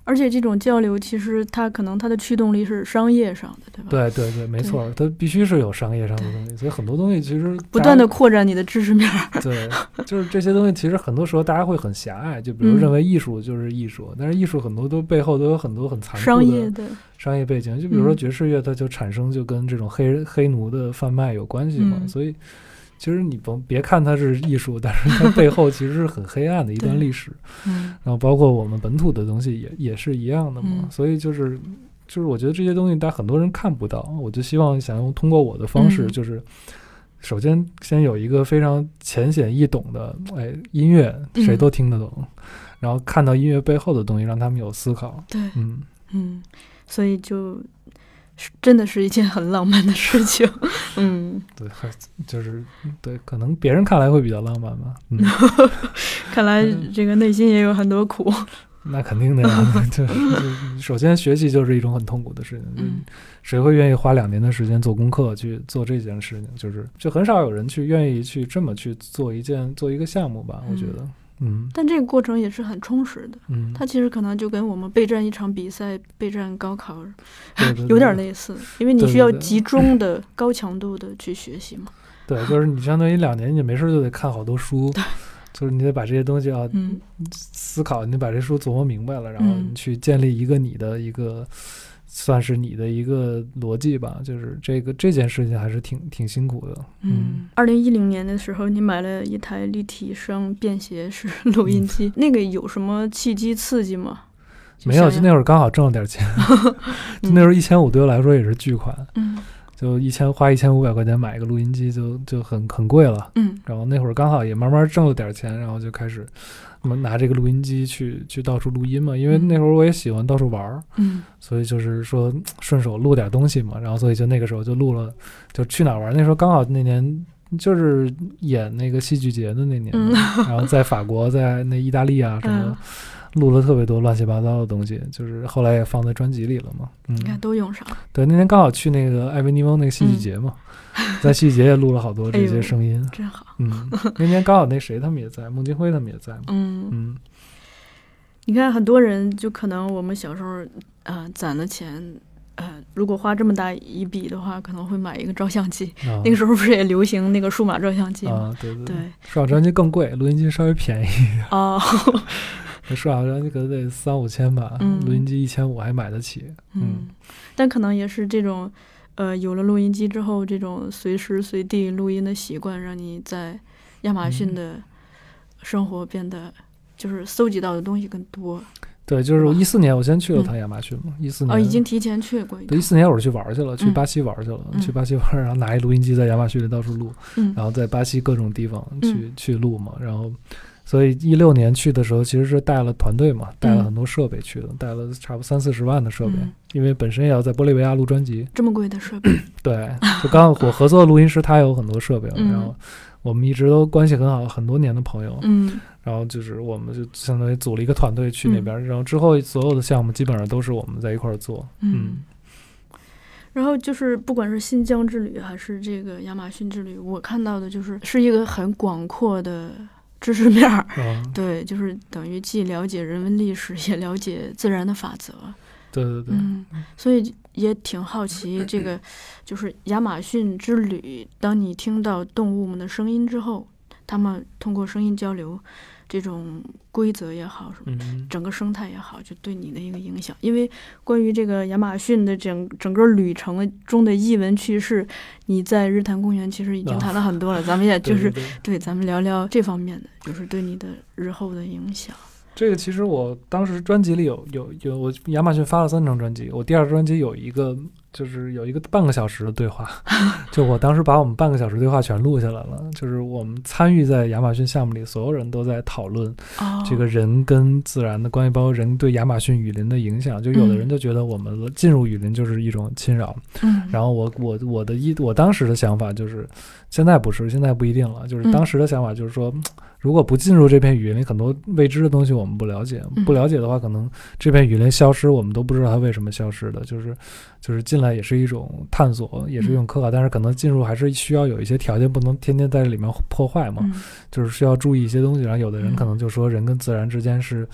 而且这种交流其实它可能它的驱动力是商业上的，对吧？ 对对对，没错，它必须是有商业上的东西，所以很多东西其实不断的扩展你的知识面。 对，就是这些东西其实很多时候大家会很狭隘，就比如认为艺术就是艺术、嗯、但是艺术很多都背后都有很多很残酷的商业的商业背景，就比如说爵士乐它就产生就跟这种黑、嗯、黑奴的贩卖有关系嘛、嗯、所以其实你甭别看它是艺术，但是它背后其实是很黑暗的一段历史。嗯，然后包括我们本土的东西也也是一样的嘛。嗯、所以就是就是我觉得这些东西但很多人看不到，我就希望想用通过我的方式，就是、嗯、首先先有一个非常浅显易懂的，哎，音乐谁都听得懂，嗯、然后看到音乐背后的东西，让他们有思考。 对， 嗯嗯，所以就。真的是一件很浪漫的事情。嗯， 对，就是对，可能别人看来会比较浪漫吧。嗯， 看来这个内心也有很多苦。 那肯定的呀。就首先学习就是一种很痛苦的事情。嗯，谁会愿意花两年的时间做功课去做这件事情？就是就很少有人去愿意去这么去做一件做一个项目吧。我觉得。嗯， 但这个过程也是很充实的。 嗯， 它其实可能就跟我们备战一场比赛、备战高考对对对有点类似，因为你需要集中的、高强度的去学习嘛。 对，就是你相当于两年，你没事就得看好多书，就是你得把这些东西啊、 嗯、 思考，你把这书琢磨明白了，然后你去建立一个你的一个。算是你的一个逻辑吧，就是这个这件事情还是挺挺辛苦的。 嗯，二零一零年的时候，你买了一台立体声便携式录音机、嗯，那个有什么契机刺激吗？ 没有，就那会儿刚好挣了点钱，就那时候一千五对我来说也是巨款。嗯，就一千花一千五百块钱买一个录音机就就很很贵了。 嗯， 然后那会儿刚好也慢慢挣了点钱，然后就开始。拿这个录音机去去到处录音嘛，因为那会儿我也喜欢到处玩， 嗯， 所以就是说顺手录点东西嘛，然后所以就那个时候就录了，就去哪玩，那时候刚好那年就是演那个戏剧节的那年， 嗯、 然后在法国在那意大利啊什么、嗯、录了特别多乱七八糟的东西，就是后来也放在专辑里了嘛。嗯， 你看都用上了。 对，那天刚好去那个艾维尼翁那个戏剧节嘛、嗯、在戏剧节也录了好多这些声音、 哎、真好。 嗯，那天刚好那谁他们也在，孟京辉他们也在嘛。 嗯嗯， 你看很多人就可能我们小时候呃攒了钱，呃如果花这么大一笔的话，可能会买一个照相机、啊、那个时候不是也流行那个数码照相机吗？ 啊，对对对， 数码照相机更贵，录音机稍微便宜一点。 哦， 数码照相机可能得三五千吧、嗯、录音机一千五还买得起。嗯， 嗯但可能也是这种呃有了录音机之后，这种随时随地录音的习惯，让你在亚马逊的生活变得就是搜集到的东西更多。 对，就是我一四年我先去了趟亚马逊嘛，一四、嗯、年哦，已经提前去过一趟。 对，一四年我是去玩去了，去巴西玩去了， 嗯、 去巴西玩，然后拿一录音机在亚马逊里到处录， 嗯、 然后在巴西各种地方去、 嗯、 去录嘛，然后所以一六年去的时候其实是带了团队嘛，带了很多设备去的，带了差不多三四十万的设备、 嗯， 因为本身也要在玻利维亚录专辑， 这么贵的设备。 对，就刚我合作的录音师他有很多设备、 嗯、 然后我们一直都关系很好，很多年的朋友。 嗯， 然后就是我们就相当于组了一个团队去那边、嗯、然后之后所有的项目基本上都是我们在一块儿做。嗯， 嗯然后就是不管是新疆之旅还是这个亚马逊之旅，我看到的就是是一个很广阔的知识面儿、 嗯、 对，就是等于既了解人文历史也了解自然的法则。 对对对， 嗯，所以也挺好奇这个就是亚马逊之旅，当你听到动物们的声音之后，他们通过声音交流这种规则也好， 嗯， 整个生态也好，就对你的一个影响。因为关于这个亚马逊的整整个旅程中的艺文趣事，你在日坛公园其实已经谈了很多了、啊、咱们也就是对, 对, 对, 对咱们聊聊这方面的，就是对你的日后的影响。 这个其实我当时专辑里有有有我亚马逊发了三张专辑，我第二张专辑有一个就是有一个半个小时的对话，就我当时把我们半个小时对话全录下来了，就是我们参与在亚马逊项目里，所有人都在讨论这个人跟自然的关系，包括人对亚马逊雨林的影响。就有的人就觉得我们进入雨林就是一种侵扰， 嗯， 然后我我我的一我当时的想法就是，现在不是，现在不一定了，就是当时的想法就是说。嗯，如果不进入这片雨林，很多未知的东西我们不了解，不了解的话，可能这片雨林消失，我们都不知道它为什么消失的。就是就是进来也是一种探索，也是一种科考，但是可能进入还是需要有一些条件，不能天天在这里面破坏嘛，就是需要注意一些东西。然后有的人可能就说人跟自然之间是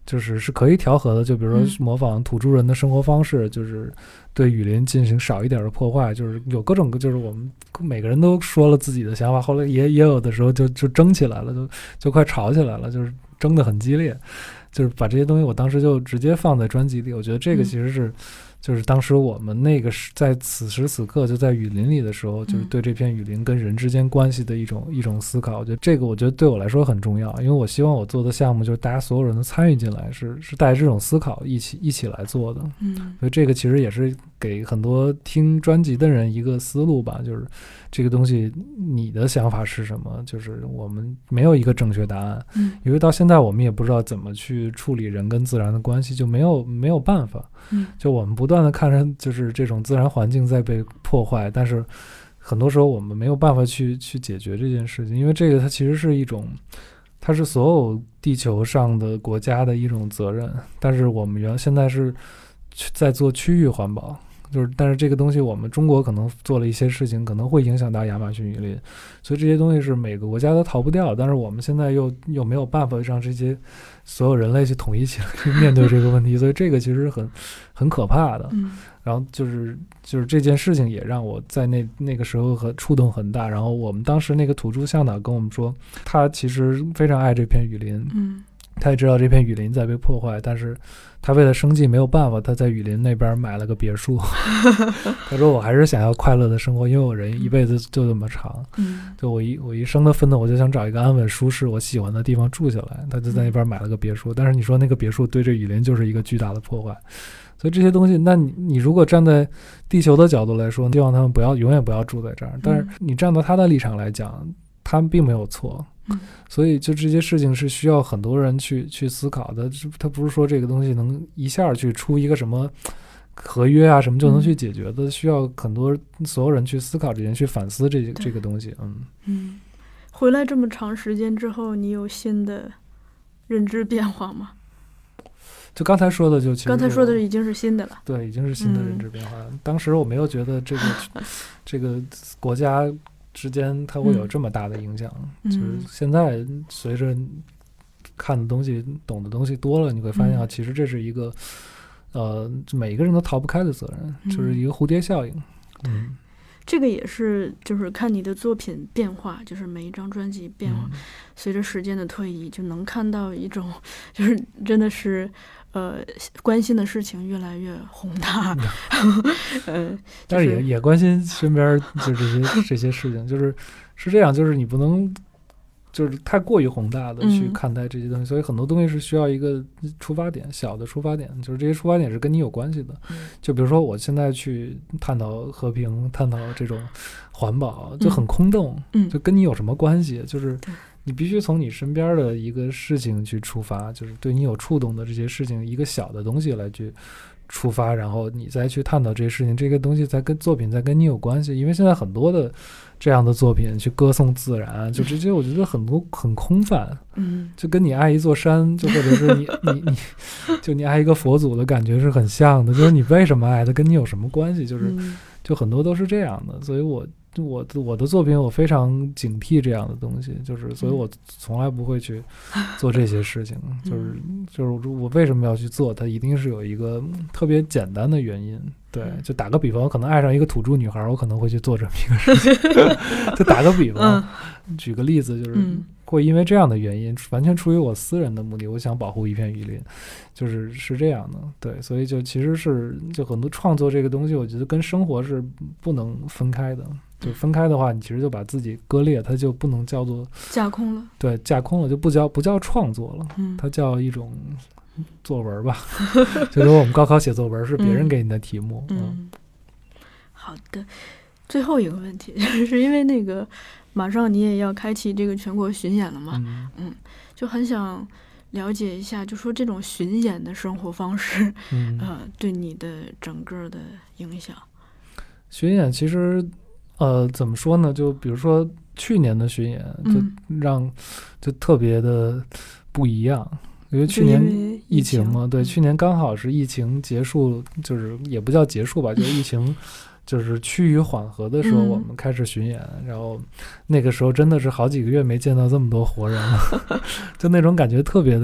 就是是可以调和的，就比如说模仿土著人的生活方式，就是对雨林进行少一点的破坏，就是有各种，就是我们每个人都说了自己的想法，后来也也有的时候就就争起来了，就就快吵起来了，就是争得很激烈，就是把这些东西我当时就直接放在专辑里，我觉得这个其实是、嗯、就是当时我们那个在此时此刻就在雨林里的时候，就是对这片雨林跟人之间关系的一种一种思考，我觉得这个我觉得对我来说很重要，因为我希望我做的项目就是大家所有人都参与进来，是是带着这种思考一起一起来做的， 嗯， 所以这个其实也是给很多听专辑的人一个思路吧，就是这个东西你的想法是什么，就是我们没有一个正确答案， 嗯， 因为到现在我们也不知道怎么去处理人跟自然的关系，就没有没有办法， 嗯， 就我们不断的看着就是这种自然环境在被破坏，但是很多时候我们没有办法去去解决这件事情，因为这个它其实是一种，它是所有地球上的国家的一种责任，但是我们原现在是在做区域环保，就是但是这个东西我们中国可能做了一些事情可能会影响到亚马逊雨林，所以这些东西是每个国家都逃不掉，但是我们现在又又没有办法让这些所有人类去统一起来去面对这个问题，所以这个其实很很可怕的， 嗯， 然后就是就是这件事情也让我在那那个时候很触动很大，然后我们当时那个土著向导跟我们说，他其实非常爱这片雨林， 嗯， 他也知道这片雨林在被破坏，但是他为了生计没有办法，他在雨林那边买了个别墅他说我还是想要快乐的生活，因为我人一辈子就这么长， 嗯， 就我一我一生的奋斗，我就想找一个安稳舒适我喜欢的地方住下来，他就在那边买了个别墅，但是你说那个别墅对这雨林就是一个巨大的破坏，所以这些东西，那你你如果站在地球的角度来说，希望他们不要永远不要住在这儿，但是你站到他的立场来讲，他们并没有错， 嗯， 所以就这些事情是需要很多人去去思考的，他不是说这个东西能一下去出一个什么合约啊什么就能去解决的，嗯，需要很多所有人去思考这件，去反思这这个东西。嗯嗯，回来这么长时间之后，你有新的认知变化吗？ 就刚才说的就其实刚才说的已经是新的了， 对，已经是新的认知变化，嗯，当时我没有觉得这个这个国家之间它会有这么大的影响，嗯，就是现在随着看的东西懂的东西多了，你会发现啊，其实这是一个呃每个人都逃不开的责任，嗯，就是一个蝴蝶效应。嗯， 这个也是就是看你的作品变化，就是每一张专辑变化，嗯，随着时间的推移就能看到一种就是真的是呃关心的事情越来越宏大，嗯呃， 但是也也关心身边就这些这些事情，就是是这样，就是你不能就是太过于宏大的去看待这些东西，嗯，所以很多东西是需要一个出发点，小的出发点，就是这些出发点是跟你有关系的，嗯，就比如说我现在去探讨和平，探讨这种环保就很空洞， 嗯， 就跟你有什么关系，就是你必须从你身边的一个事情去出发，就是对你有触动的这些事情一个小的东西来去出发，然后你再去探讨这些事情，这个东西才跟作品才跟你有关系。因为现在很多的这样的作品去歌颂自然，就这些我觉得很多很空泛， 嗯， 就跟你爱一座山，就或者是你你你就你爱一个佛祖的感觉是很像的，就是你为什么爱它跟你有什么关系，就是就很多都是这样的，所以我我的我的作品我非常警惕这样的东西，就是所以我从来不会去做这些事情，嗯，就是就是我为什么要去做它，一定是有一个特别简单的原因。对，就打个比方，我可能爱上一个土著女孩，我可能会去做这么一个事情。就打个比方，嗯，举个例子，就是会因为这样的原因，完全出于我私人的目的，我想保护一片雨林，就是是这样的。对，所以就其实是就很多创作这个东西，我觉得跟生活是不能分开的。就分开的话，你其实就把自己割裂，它就不能叫做架空了。对， 架空了就不叫不叫创作了，嗯，它叫一种作文吧。就是说我们高考写作文是别人给你的题目。 嗯，嗯，好的。最后一个问题，就是因为那个马上你也要开启这个全国巡演了嘛，嗯，嗯就很想了解一下，就说这种巡演的生活方式，嗯，呃，对你的整个的影响。 巡演其实。呃，怎么说呢？就比如说去年的巡演，就让、嗯、就特别的不一样，因为去年疫情嘛，对，去年刚好是疫情结束，就是也不叫结束吧，就是疫情就是趋于缓和的时候，我们开始巡演，嗯、然后那个时候真的是好几个月没见到这么多活人了，就那种感觉特别的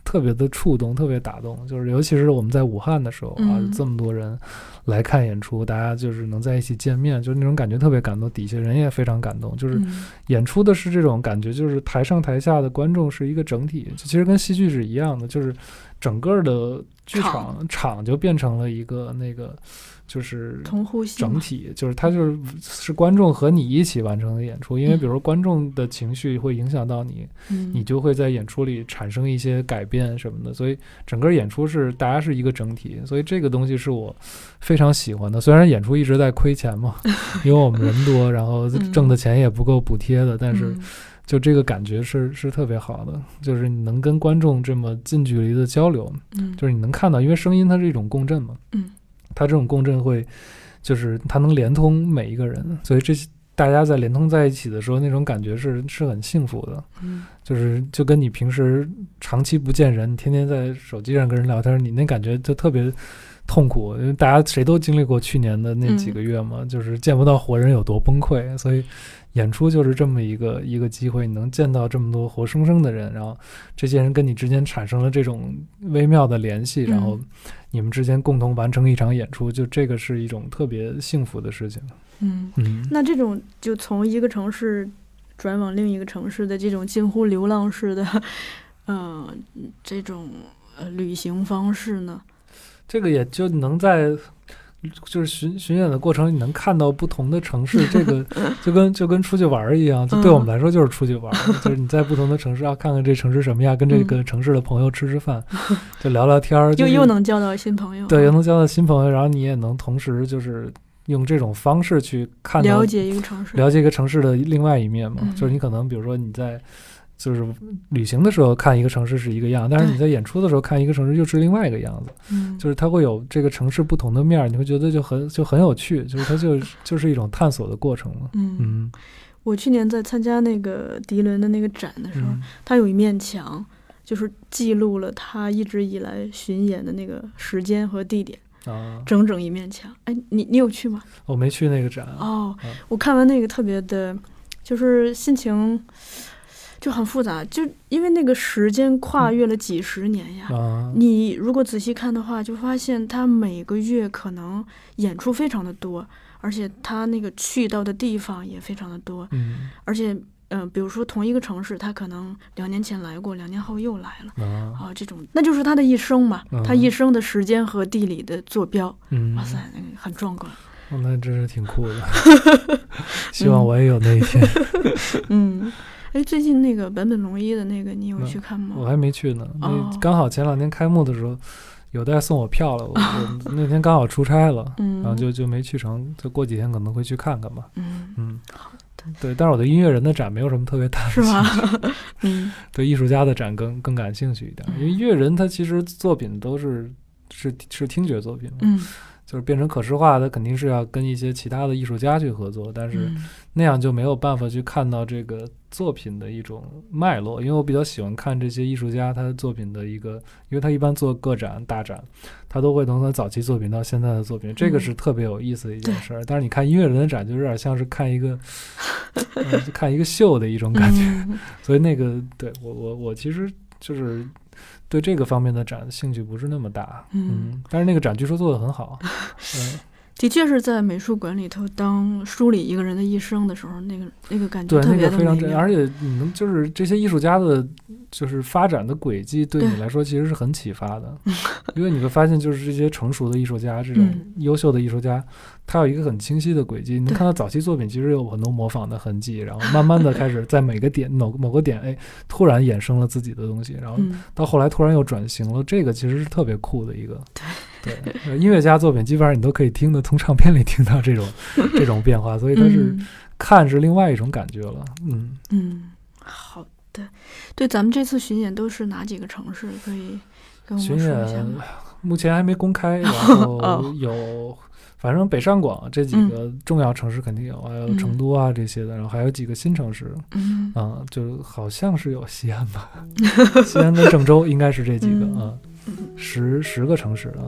特别的触动，特别打动。就是尤其是我们在武汉的时候啊， 嗯、 这么多人来看演出，大家就是能在一起见面，就是那种感觉特别感动，底下人也非常感动。就是演出的是这种感觉，就是台上台下的观众是一个整体，就其实跟戏剧是一样的，就是整个的剧场场就变成了一个那个。就是整体，就是它就是是观众和你一起完成的演出，因为比如说观众的情绪会影响到你， 嗯、 你就会在演出里产生一些改变什么的，所以整个演出是大家是一个整体，所以这个东西是我非常喜欢的。虽然演出一直在亏钱嘛，因为我们人多，然后挣的钱也不够补贴的，但是就这个感觉是是特别好的，就是你能跟观众这么近距离的交流， 嗯、 就是你能看到，因为声音它是一种共振嘛， 嗯。 它这种共振会，就是它能连通每一个人，所以这大家在连通在一起的时候，那种感觉是是很幸福的。 嗯， 就是就跟你平时长期不见人，天天在手机上跟人聊天，你那感觉就特别痛苦，因为大家谁都经历过去年的那几个月嘛， 嗯、 就是见不到活人有多崩溃，所以演出就是这么一个一个机会，你能见到这么多活生生的人，然后这些人跟你之间产生了这种微妙的联系，然后你们之间共同完成一场演出，就这个是一种特别幸福的事情。 嗯嗯， 那这种就从一个城市转往另一个城市的这种近乎流浪式的，呃，这种呃旅行方式呢？ 这个也就能在。就是巡巡演的过程，你能看到不同的城市，这个就跟就跟出去玩一样，就对我们来说就是出去玩，嗯、就是你在不同的城市要看看这城市什么样，跟这个城市的朋友吃吃饭，嗯、就聊聊天，就是， 又又能交到新朋友， 对，又能交到新朋友，然后你也能同时就是用这种方式去看到了解一个城市， 了解一个城市的另外一面嘛。 嗯、 就是你可能比如说你在。就是旅行的时候看一个城市是一个样，但是你在演出的时候看一个城市又是另外一个样子。 嗯， 就是它会有这个城市不同的面，你会觉得就很就很有趣，就是它就就是一种探索的过程了。 嗯嗯， 我去年在参加那个迪伦的那个展的时候， 嗯、 他有一面墙，就是记录了他一直以来巡演的那个时间和地点。 啊， 整整一面墙。哎，你你有去吗？ 我没去那个展。 哦， 啊、 我看完那个特别的，就是心情。就很复杂，就因为那个时间跨越了几十年呀。 嗯、 你如果仔细看的话，就发现他每个月可能演出非常的多，而且他那个去到的地方也非常的多。 嗯， 而且嗯、呃，比如说同一个城市，他可能两年前来过，两年后又来了。 嗯、 啊，这种那就是他的一生嘛， 嗯、 他一生的时间和地理的坐标。 嗯， 哇塞，很壮观。 哦，那真是挺酷的。希望我也有那一天。 嗯。哎，最近那个坂本龙一的那个，你有去看吗？ 嗯、我还没去呢。 哦、 那刚好前两天开幕的时候，有在送我票了。我, 我那天刚好出差了， 嗯、 然后就就没去成。就过几天可能会去看看吧。 嗯嗯， 好的。 对，但是我对音乐人的展没有什么特别大的兴趣。 是吧？嗯， 对艺术家的展更更感兴趣一点，因为音乐人他其实作品都是是是听觉作品嘛。 嗯。 就是变成可视化的，肯定是要跟一些其他的艺术家去合作，但是那样就没有办法去看到这个作品的一种脉络。因为我比较喜欢看这些艺术家他的作品的一个，因为他一般做个展大展，他都会从他早期作品到现在的作品，这个是特别有意思的一件事儿。但是你看音乐人的展，就有点像是看一个、呃、看一个秀的一种感觉。 嗯、 所以那个对我我我其实就是对这个方面的展兴趣不是那么大。 嗯, 嗯，但是那个展据说做得很好。嗯， 的确是在美术馆里头当梳理一个人的一生的时候，那个那个感觉特别的美妙。 对，那个非常真，而且你能就是这些艺术家的就是发展的轨迹对你来说其实是很启发的。因为你会发现就是这些成熟的艺术家，这种优秀的艺术家、嗯、他有一个很清晰的轨迹，你能看到早期作品其实有很多模仿的痕迹，然后慢慢的开始在每个点某某个点哎突然衍生了自己的东西，然后到后来突然又转型了，这个其实是特别酷的一个。对对，音乐家作品基本上你都可以听的，从唱片里听到这种这种变化，所以它是、嗯、看是另外一种感觉了。嗯嗯，好的。对，咱们这次巡演都是哪几个城市？可以跟我们说一下吗？ 目前还没公开，然后有、哦、反正北上广这几个重要城市肯定有，还有成都啊这些的，然后还有几个新城市。 嗯啊，就好像是有西安吧，西安跟郑州应该是这几个啊。十十个城市啊。 嗯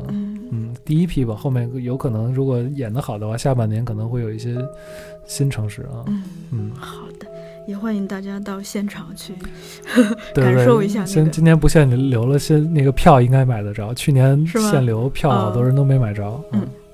嗯，第一批吧，后面有可能如果演得好的话，下半年可能会有一些新城市啊。 嗯嗯， 好的，也欢迎大家到现场去对感受一下、那个。 先今年不限流了，先那个票应该买得着，去年限流票好多人都没买着。 嗯。嗯